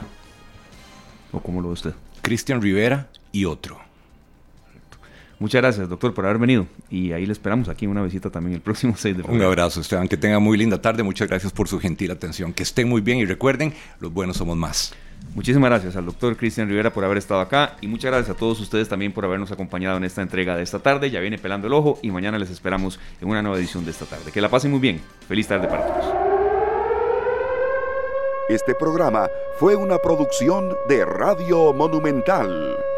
¿O cómo lo ve usted? Cristian Rivera y otro. Muchas gracias, doctor, por haber venido, y ahí le esperamos aquí una visita también el próximo seis de febrero. Un abrazo, Esteban, que tenga muy linda tarde, muchas gracias por su gentil atención, que estén muy bien y recuerden, los buenos somos más. Muchísimas gracias al doctor Cristian Rivera por haber estado acá, y muchas gracias a todos ustedes también por habernos acompañado en esta entrega de esta tarde. Ya viene Pelando el Ojo y mañana les esperamos en una nueva edición de esta tarde. Que la pasen muy bien, feliz tarde para todos. Este programa fue una producción de Radio Monumental.